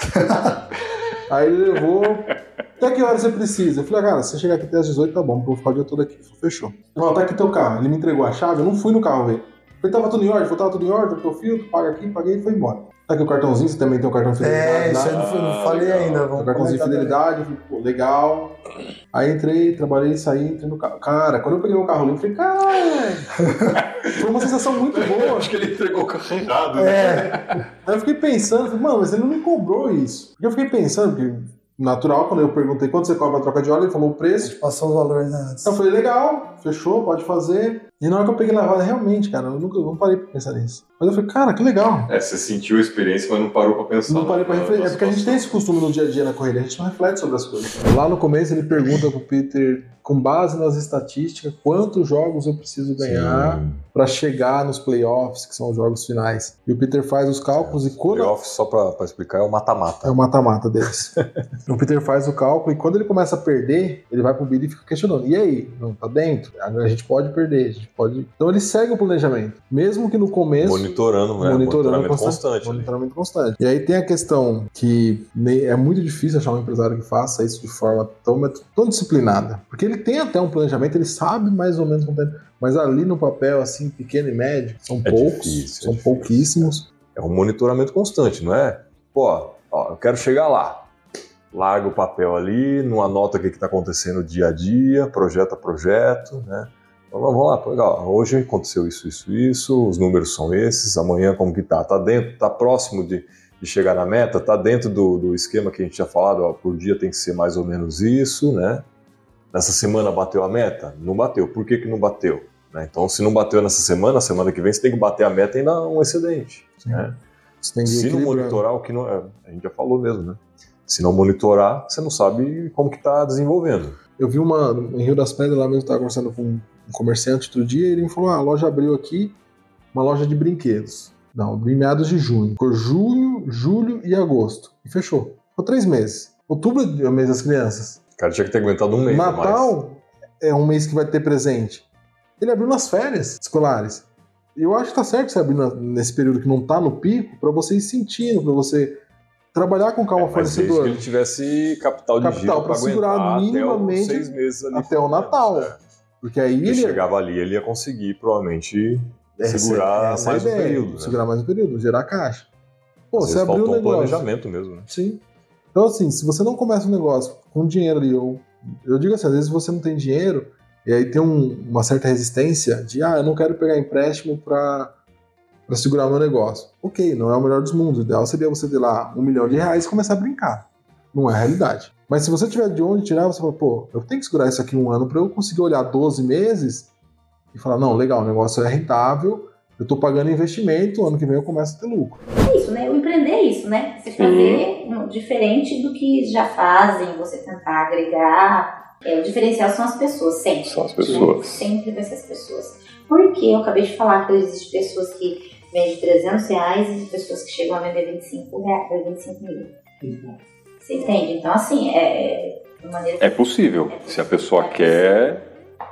Aí ele levou. Até que hora você precisa? Eu falei, cara, se você chegar aqui até às dezoito, tá bom, porque eu vou ficar o dia todo aqui. Ele falou, fechou. Ele falou, tá aqui teu carro. Ele me entregou a chave, eu não fui no carro, velho. Eu falei, tava tudo em ordem? Ele falou, tava tudo em ordem, teu filtro, paga aqui, paguei e foi embora. Tá aqui o cartãozinho, você também tem o cartão de fidelidade. É, isso lá. aí não, foi- não Ah, falei legal. ainda. O Vamos cartãozinho de comentar fidelidade, eu falei, pô, legal. Aí entrei, trabalhei, saí, entrei no carro. Cara, quando eu peguei o carro limpo, eu falei, caralho! Foi uma sensação muito boa. Acho que ele entregou o carro errado, também. né? É, Aí eu fiquei pensando, falei, mano, mas ele não me cobrou isso. Porque eu fiquei pensando, porque natural, quando eu perguntei quanto você cobra a troca de óleo, ele falou o a preço. gente passou os valores né, antes. Então eu falei, legal, fechou, pode fazer. E na hora que eu peguei lavada, realmente, cara, eu nunca não parei pra pensar nisso. Mas eu falei, cara, que legal. É, você sentiu a experiência, mas não parou pra pensar. Não parei pra na, refletir. na É porque a gente tem esse costume no dia a dia na corrida, a gente não reflete sobre as coisas. Lá no começo ele pergunta pro Peter, com base nas estatísticas, quantos jogos eu preciso ganhar Sim. pra chegar nos playoffs, que são os jogos finais. E o Peter faz os cálculos É, e quando... Playoff, só pra, pra explicar, é o mata-mata. É o mata-mata deles. O Peter faz o cálculo e quando ele começa a perder, ele vai pro Billy e fica questionando. E aí? Não tá dentro? A gente pode perder, a gente pode... Então ele segue o planejamento. Mesmo que no começo... Monitorando, né? Monitorando Monitoramento constante. constante. né? Monitoramento constante. E aí tem a questão que é muito difícil achar um empresário que faça isso de forma tão, tão disciplinada. Porque ele tem até um planejamento, ele sabe mais ou menos como tem, mas ali no papel, assim, pequeno e médio, são É poucos, difícil, são é difícil. pouquíssimos. É um monitoramento constante, não é? Pô, ó, eu quero chegar lá. Larga o papel ali, não anota o que está acontecendo dia a dia, projeto a projeto, né? Então, vamos lá, legal. Hoje aconteceu isso, isso, isso, os números são esses, amanhã como que tá? Tá dentro, tá próximo de, de chegar na meta, tá dentro do, do esquema que a gente tinha falado, ó, por dia tem que ser mais ou menos isso, né? Nessa semana bateu a meta? Não bateu. Por que que não bateu? Né? Então, se não bateu nessa semana, semana que vem você tem que bater a meta e ainda um excedente. Né? Você tem que Se não equilibrar. monitorar, o que não é, a gente já falou mesmo, né? Se não monitorar, você não sabe como que tá desenvolvendo. Eu vi uma, em Rio das Pedras, lá mesmo, eu estava conversando com um comerciante outro dia, e ele me falou, ah, a loja abriu aqui, uma loja de brinquedos. Não, abriu em meados de junho. Ficou junho, julho e agosto. E fechou. Ficou três meses. Outubro é o mês das crianças. O cara tinha que ter aguentado um mês. Natal é um mês que vai ter presente. Ele abriu nas férias escolares. E eu acho que tá certo você abrir na- nesse período que não tá no pico, para você ir sentindo, para você trabalhar com calma É, mas desde fornecedor. que ele tivesse capital de Capital giro pra para segurar aguentar minimamente até os seis meses ali. até o Natal. É. Porque aí Ele ele chegava ali, ele ia conseguir provavelmente Essa- segurar essa é a mais um ideia, período. Né? Segurar mais um período, gerar caixa. Pô, Às você vezes abriu um faltou um negócio. planejamento mesmo. Né? Sim. Então, assim, se você não começa um negócio com dinheiro ali, ou eu digo assim, às vezes você não tem dinheiro, e aí tem um- uma certa resistência de, ah, eu não quero pegar empréstimo para segurar o meu negócio. Ok, não é o melhor dos mundos. O ideal seria você ter lá um milhão de reais e começar a brincar. Não é a realidade. Mas se você tiver de onde tirar, você fala, pô, eu tenho que segurar isso aqui um ano para eu conseguir olhar doze meses e falar, não, legal, o negócio é rentável, eu tô pagando investimento, ano que vem eu começo a ter lucro. É isso, né? O empreender é isso, né? Você fazer um, diferente do que já fazem, você tentar agregar. É, o diferencial são as pessoas, sempre. São as né? pessoas. Sempre vai ser as pessoas. Porque eu acabei de falar que existem pessoas que vendem trezentos reais e pessoas que chegam a vender vinte e cinco reais, vinte e cinco mil. Você entende? Então, assim, é... de maneira É possível. Se a pessoa quer,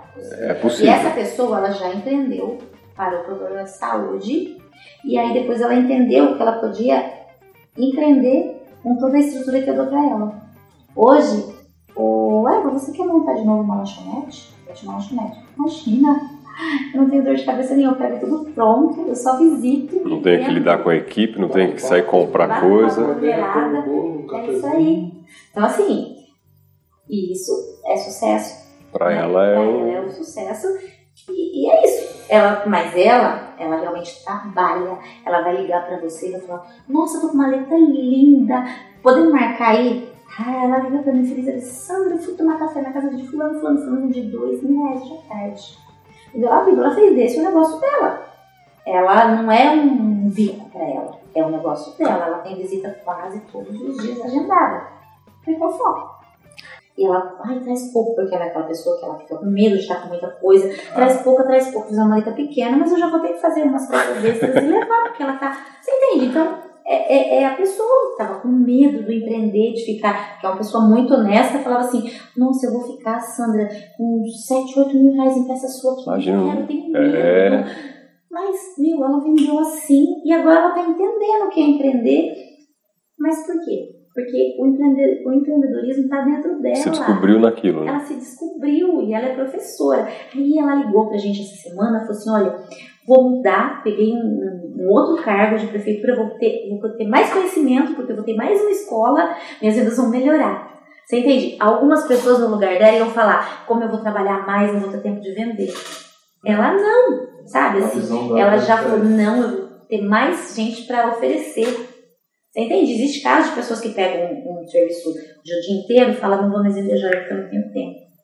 é E possível. essa pessoa, ela já empreendeu, parou para o problema de saúde, e aí depois ela entendeu que ela podia empreender com toda a estrutura que eu dou para ela. Hoje, o Eva, você quer montar de novo uma lanchonete? Vou te uma lanchonete. Imagina, eu não tenho dor de cabeça nenhuma, eu pego tudo pronto, eu só visito. Não tem que lidar com a equipe, não tem que sair comprar coisa. É isso aí. Então, assim, isso é sucesso. Pra ela é Pra o... ela é um sucesso. E, e é isso. Ela, mas ela, ela realmente trabalha. Ela vai ligar pra você e vai falar: nossa, tô com uma letra linda. Podemos marcar aí? Ah, ela liga pra mim feliz. Ela diz: Sandra, eu fui tomar café na casa de fulano, fulano, fulano de dois mil reais de tarde. Ela viu, ela fez desse o negócio dela. Ela não é um bico pra ela. É um negócio dela. Ela tem visita quase todos os dias agendada. Ficou foco. E ela, ai, traz pouco, porque ela é aquela pessoa que ela fica com medo de estar com muita coisa. Traz pouco, traz pouco. Fiz uma maleta pequena, mas eu já vou ter que fazer umas coisas extras e levar, porque ela tá... Você entende? Então, é, é, é a pessoa que tava com medo do empreender, de ficar... Que é uma pessoa muito honesta, falava assim, nossa, eu vou ficar, Sandra, com sete, oito mil reais em peça sua aqui. Imagina. Eu tenho medo. É. Mas, meu, ela vendeu assim, e agora ela tá entendendo o que é empreender. Mas por quê? Porque o, empreende, o empreendedorismo está dentro dela. Se descobriu naquilo, né? Ela se descobriu e ela é professora. Aí ela ligou pra gente essa semana, falou assim, olha, vou mudar, peguei um, um outro cargo de prefeitura, vou ter, vou ter mais conhecimento, porque eu vou ter mais uma escola, minhas vendas vão melhorar. Você entende? Algumas pessoas no lugar dela iam falar, como eu vou trabalhar mais, não vou ter tempo de vender. Ela não, sabe? Assim, ela já falou, não, eu vou ter mais gente para oferecer. Você entende? Existe casos de pessoas que pegam um, um serviço de o dia inteiro e falam, não vou mais vender joia porque eu não tenho tempo.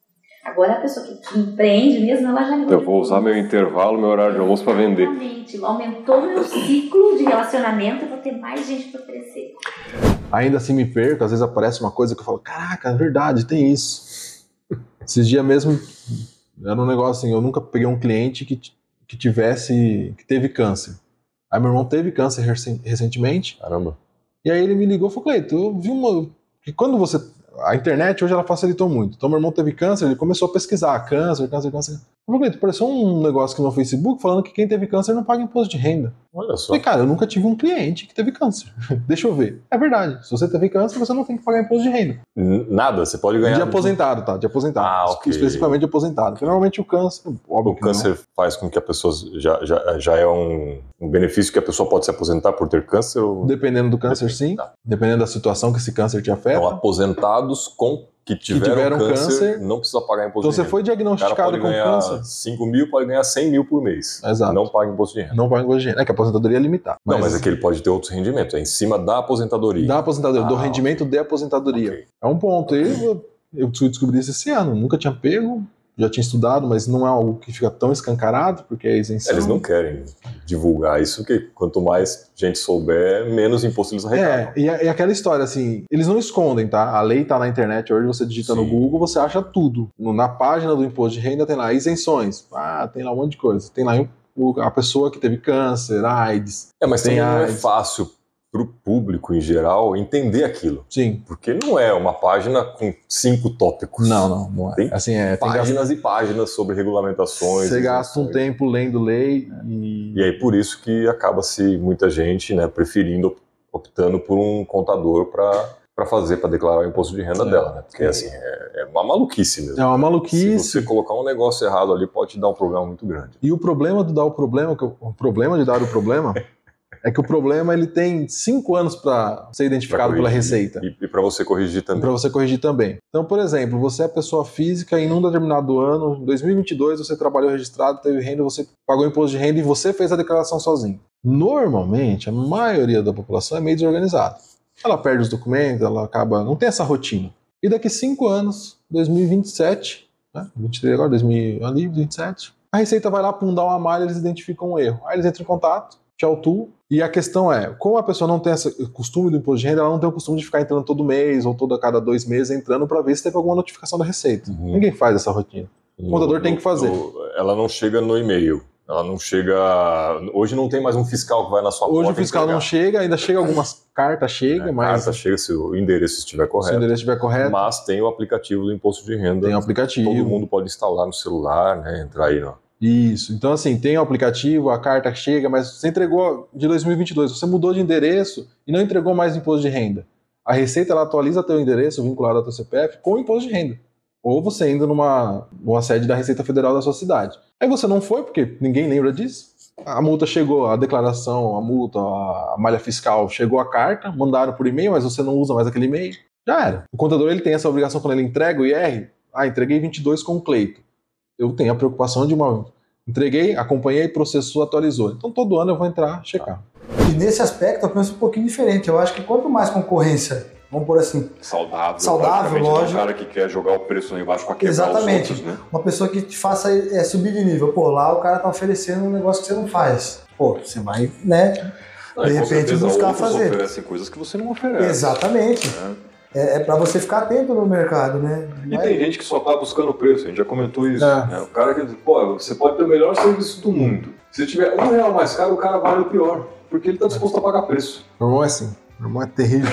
Agora a pessoa que te empreende mesmo, ela já... Eu vou usar meu intervalo, meu horário de almoço para vender. Exatamente. Aumentou meu ciclo de relacionamento, eu vou ter mais gente para oferecer. Ainda assim me perco, às vezes aparece uma coisa que eu falo, caraca, é verdade, tem isso. Esses dias mesmo, era um negócio assim, eu nunca peguei um cliente que, que tivesse, que teve câncer. Aí meu irmão teve câncer recentemente. Caramba. E aí ele me ligou e falou, Cleito, eu vi uma... que quando você... A internet hoje ela facilitou muito. Então meu irmão teve câncer, ele começou a pesquisar câncer, câncer, câncer. Eu falei, Cleito, apareceu um negócio aqui no Facebook falando que quem teve câncer não paga imposto de renda. Olha só. Eu falei, cara, eu nunca tive um cliente que teve câncer. Deixa eu ver. É verdade. Se você teve câncer, você não tem que pagar imposto de renda. N- Nada, você pode ganhar... De aposentado, tá? De aposentado. Ah, ok. Especificamente de aposentado. Porque normalmente o câncer... Óbvio O que câncer não. faz com que a pessoa... Já, já, já é um, um benefício que a pessoa pode se aposentar por ter câncer? Ou... Dependendo do câncer, sim. Tá. Dependendo da situação que esse câncer te afeta. Então, aposentados com... Que tiveram, tiveram câncer, câncer, não precisa pagar imposto Então de você renda. foi O cara diagnosticado pode com ganhar câncer. cinco mil, pode ganhar cem mil por mês. Exato. Não paga imposto de renda. Não paga imposto de renda. É que a aposentadoria é limitada. Não, mas é que ele pode ter outros rendimentos. É em cima da aposentadoria. Da aposentadoria, Ah, do rendimento de aposentadoria. Ok. É um ponto. Eu, eu descobri isso esse ano. Nunca tinha pego, já tinha estudado, mas não é algo que fica tão escancarado, porque é isenção. Eles não querem divulgar isso, porque quanto mais gente souber, menos imposto eles arrecadam. É, e, é, e aquela história, assim, eles não escondem, tá? A lei tá na internet, hoje você digita Sim. no Google, você acha tudo. No- Na página do imposto de renda tem lá isenções. Ah, tem lá um monte de coisa. Tem lá o- a pessoa que teve câncer, AIDS. É, mas Tem também não é AIDS. fácil para o público em geral entender aquilo. Sim. Porque não é uma página com cinco tópicos. Não, não, não é. Tem Assim, é, tem gasto- Páginas e páginas sobre regulamentações. você gasta um isenções. tempo lendo lei e... E aí por isso que acaba-se muita gente, né, preferindo, optando por um contador para para fazer, para declarar o imposto de renda É. dela, né? Porque assim, é, é uma maluquice mesmo. É uma Se maluquice. você colocar um negócio errado ali, pode te dar um problema muito grande. E o problema de dar o problema, que eu- o problema de dar o problema, é que o problema ele tem cinco anos para ser identificado Pra pela corrigir. Receita. E, e para você corrigir também. Para você corrigir também. Então, por exemplo, você é pessoa física e em um determinado ano, em dois mil e vinte e dois, você trabalhou registrado, teve renda, você pagou imposto de renda e você fez a declaração sozinho. Normalmente, a maioria da população é meio desorganizada. Ela perde os documentos, ela acaba... não tem essa rotina. E daqui cinco anos, dois mil e vinte e sete, né? vinte e três agora, dois mil ali, vinte e sete, a Receita vai lá, pum, dá uma malha, eles identificam um erro. Aí eles entram em contato, te autuam. E a questão é, como a pessoa não tem esse costume do imposto de renda, ela não tem o costume de ficar entrando todo mês ou todo a cada dois meses entrando para ver se teve alguma notificação da Receita. Uhum. Ninguém faz essa rotina. O contador tem que fazer. No- ela não chega no e-mail. Ela não chega... Hoje não tem mais um fiscal que vai na sua porta Hoje o fiscal entregar. não chega, ainda chega algumas cartas, chega, É, mas carta chega se o endereço estiver se o correto. endereço estiver correto, Mas tem o aplicativo do imposto de renda. tem o aplicativo. Todo mundo pode instalar no celular, né? Entrar aí, ó. Isso. Então, assim, tem o aplicativo, a carta chega, mas você entregou de dois mil e vinte e dois, você mudou de endereço e não entregou mais imposto de renda. A Receita, ela atualiza teu endereço vinculado ao teu C P F com o imposto de renda. Ou você indo numa, numa sede da Receita Federal da sua cidade. Aí você não foi, porque ninguém lembra disso. A multa chegou, a declaração, a multa, a malha fiscal, chegou a carta, mandaram por e-mail, mas você não usa mais aquele e-mail. Já era. O contador ele tem essa obrigação quando ele entrega o I R. Ah, entreguei vinte e dois com o Cleito. Eu tenho a preocupação de uma... Entreguei, acompanhei, processou, atualizou. Então todo ano eu vou entrar, checar. E nesse aspecto eu penso um pouquinho diferente. Eu acho que quanto mais concorrência, vamos por assim, Saudável. Saudável, praticamente, não é lógico. um cara que quer jogar o preço lá embaixo para quebrar Exatamente. os outros, né? uma pessoa que te faça é, subir de nível. Pô, lá o cara tá oferecendo um negócio que você não faz. Pô, você vai, né? Não, De e com repente certeza buscar outros fazer. oferecem coisas que você não oferece. Exatamente. né? É, é para você ficar atento no mercado, né? E Vai- tem gente que só tá buscando preço, a gente já comentou isso. É. né? O cara que diz, pô, você pode ter o melhor serviço do mundo. Se tiver um real mais caro, o cara vale o pior. Porque ele tá disposto a pagar preço. Meu irmão é assim. Meu irmão é terrível.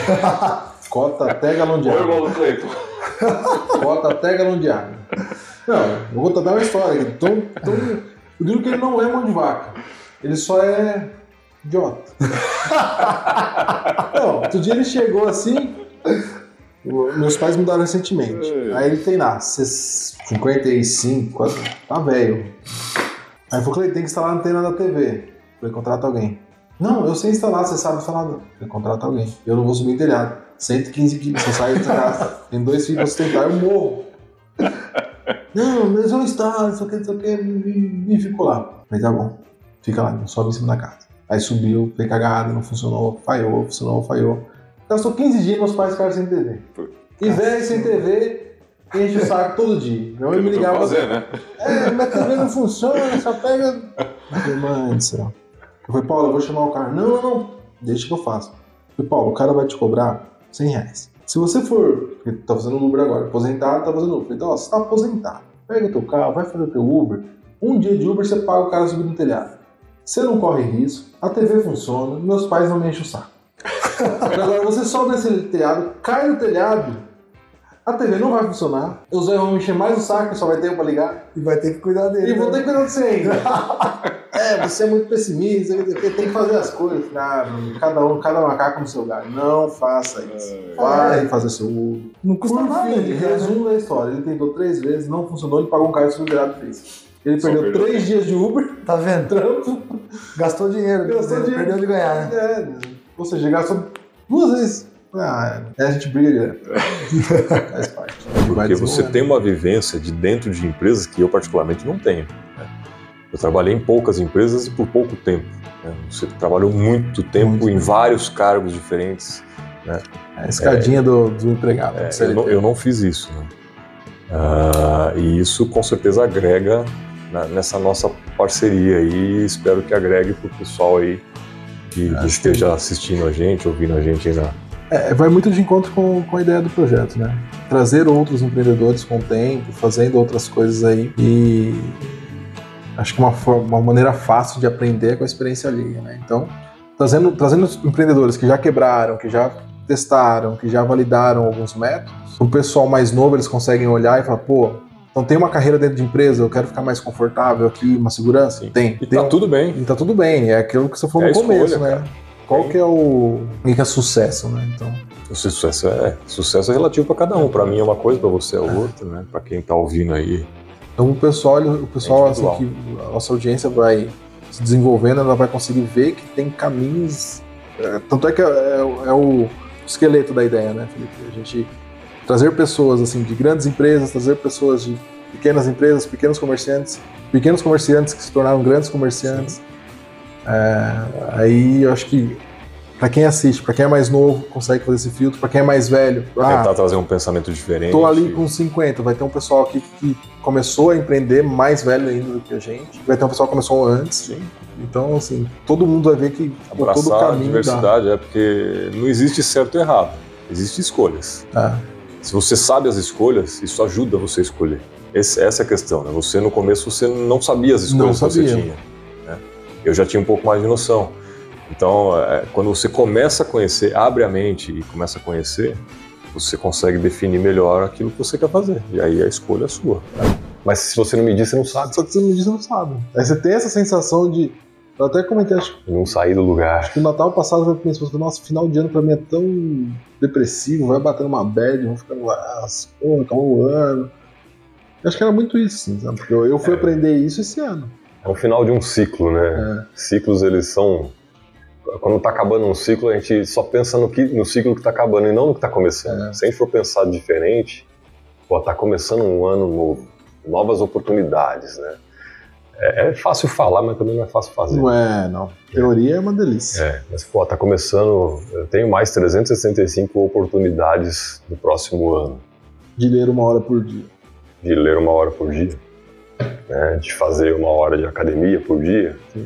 Cota até galão de Ô, água. irmão do Cleiton. Cota até galão de água. Não, eu vou contar uma história. Então, então, eu digo que ele não é mão de vaca. Ele só é idiota. Não, outro dia ele chegou assim. Meus pais mudaram recentemente. Aí ele tem lá cinquenta e cinco, quase. Tá velho. Aí eu falei, tem que instalar a antena da T V. Falei, contrata alguém. Não, eu sei instalar, você sabe instalar. Falei, contrata alguém. Eu não vou subir em telhado. cento e quinze quilos, você sai dessa casa. Tem dois filhos pra sustentar, eu morro. Não, mas eu instalo, não sei o que, não sei o que. E ficou lá. Falei, tá bom. Fica lá, não sobe em cima da casa. Aí subiu, foi cagada, não funcionou, falhou, funcionou, falhou. Gastou quinze dias, meus pais ficaram sem T V. E velho sem T V, enche o saco todo dia. Minha mãe me ligava. Fazer, né? É, minha T V não funciona, só pega. Eu falei, mãe do céu. Eu falei, Paulo, eu vou chamar o cara. Não, não, não. Deixa que eu faço. Eu falei, Paulo, o cara vai te cobrar cem reais. Se você for, porque tá fazendo Uber agora, aposentado, tá fazendo Uber. Então, ó, você tá aposentado. Pega o teu carro, vai fazer o teu Uber. Um dia de Uber você paga o cara subir no telhado. Você não corre risco, a T V funciona, meus pais não me enchem o saco. Agora você sobe nesse telhado, cai no telhado, a T V não vai funcionar, os velhos vão me encher mais o saco, só vai ter pra ligar. E vai ter que cuidar dele. E vou né? ter que cuidar de você ainda. É, você é muito pessimista, tem que fazer as coisas. Ah, cada um, cada macaco no seu lugar. Não faça isso. Vai fazer seu Uber. Não custa Por nada. fim, né? resumo da história. Ele tentou três vezes, não funcionou, ele pagou um cara desconsiderado e fez. Ele perdeu perdeu. três dias de Uber, Tá vendo? trampo, Gastou dinheiro. gastou né? dinheiro. Perdeu de ganhar, né? É, ou seja, gastou duas vezes. Ah, é, a gente briga direto. Faz parte. Vai Porque você desenvolvendo. tem uma vivência de dentro de empresas que eu particularmente não tenho. Né? Eu trabalhei em poucas empresas e por pouco tempo. Né? Você trabalhou muito tempo Muito em tempo. vários cargos diferentes. É a escadinha do, do empregado. É, do eu, não, eu não fiz isso. Né? Ah, e isso com certeza agrega na, nessa nossa parceria aí. Espero que agregue para o pessoal aí que, que esteja assistindo a gente, ouvindo a gente aí na. É, vai muito de encontro com, com a ideia do projeto, né? Trazer outros empreendedores com o tempo, fazendo outras coisas aí. E acho que uma, forma, uma maneira fácil de aprender é com a experiência alheia, né? Então, trazendo, trazendo os empreendedores que já quebraram, que já testaram, que já validaram alguns métodos, o pessoal mais novo eles conseguem olhar e falar, pô, então tem uma carreira dentro de empresa, eu quero ficar mais confortável aqui, uma segurança? Sim. Tem. E tem tá um- tudo bem. E tá tudo bem, é aquilo que você falou É no a escolha, começo, né? cara. Qual Tem. que é o... o que é sucesso, né? Então... O sucesso é, sucesso é relativo para cada um. Para mim é uma coisa, para você é outra, né? Para quem tá ouvindo aí. Então o pessoal, o pessoal assim, Individual. que a nossa audiência vai se desenvolvendo, ela vai conseguir ver que tem caminhos. é, tanto é que é, é- é o esqueleto da ideia, né, Felipe? A gente trazer pessoas assim de grandes empresas, trazer pessoas de pequenas empresas, pequenos comerciantes, pequenos comerciantes que se tornaram grandes comerciantes. É, aí eu acho que para quem assiste, para quem é mais novo, consegue fazer esse filtro. Para quem é mais velho, ah, Tentar trazer um pensamento diferente. tô ali com cinquenta, vai ter um pessoal aqui que começou a empreender mais velho ainda do que a gente, vai ter um pessoal que começou antes. Sim. Então, assim, todo mundo vai ver que pô, todo o Abraçar a caminho dá. diversidade, é porque não existe certo e errado. Existem escolhas. É. Se você sabe as escolhas, isso ajuda você a escolher. Esse, essa é a questão, né? Você, no começo, você não sabia as escolhas Não que você sabia. tinha. Né? Eu já tinha um pouco mais de noção. Então, é, quando você começa a conhecer, abre a mente e começa a conhecer, você consegue definir melhor aquilo que você quer fazer. E aí a escolha é sua. Mas se você não medir, você não sabe. Só que você me diz, você não sabe. Aí você tem essa sensação de... Eu até comentei, acho Não sair do lugar. que no Natal passado eu pensei, nossa, final de ano pra mim é tão depressivo, vai batendo uma bad, vão ficando lá, porra, acabou o ano. Eu acho que era muito isso, assim, sabe? Porque eu, eu fui É. aprender isso esse ano. É o final de um ciclo, né? Ciclos, eles são... Quando tá acabando um ciclo, a gente só pensa no, que, no ciclo que tá acabando e não no que tá começando. É. Se a gente for pensar diferente, pô, tá começando um ano novo, novas oportunidades, né? É, é fácil falar, mas também não é fácil fazer. Não é, não. Teoria é uma delícia. É, mas pô, tá começando, eu tenho mais trezentas e sessenta e cinco oportunidades no próximo ano. De ler uma hora por dia. De ler uma hora por dia, né? De fazer uma hora de academia por dia. Sim.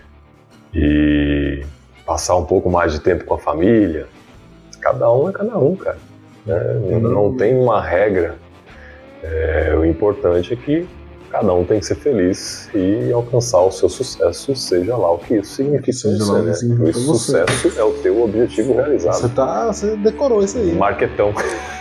E passar um pouco mais de tempo com a família. Cada um é cada um, cara. né? Não, não tem uma regra. É, o importante é que cada um tem que ser feliz e alcançar o seu sucesso, seja lá o que isso significa. Seja você, lá o que né? significa O você. sucesso é o teu objetivo realizado. Você, tá, você decorou isso aí. Marquetão.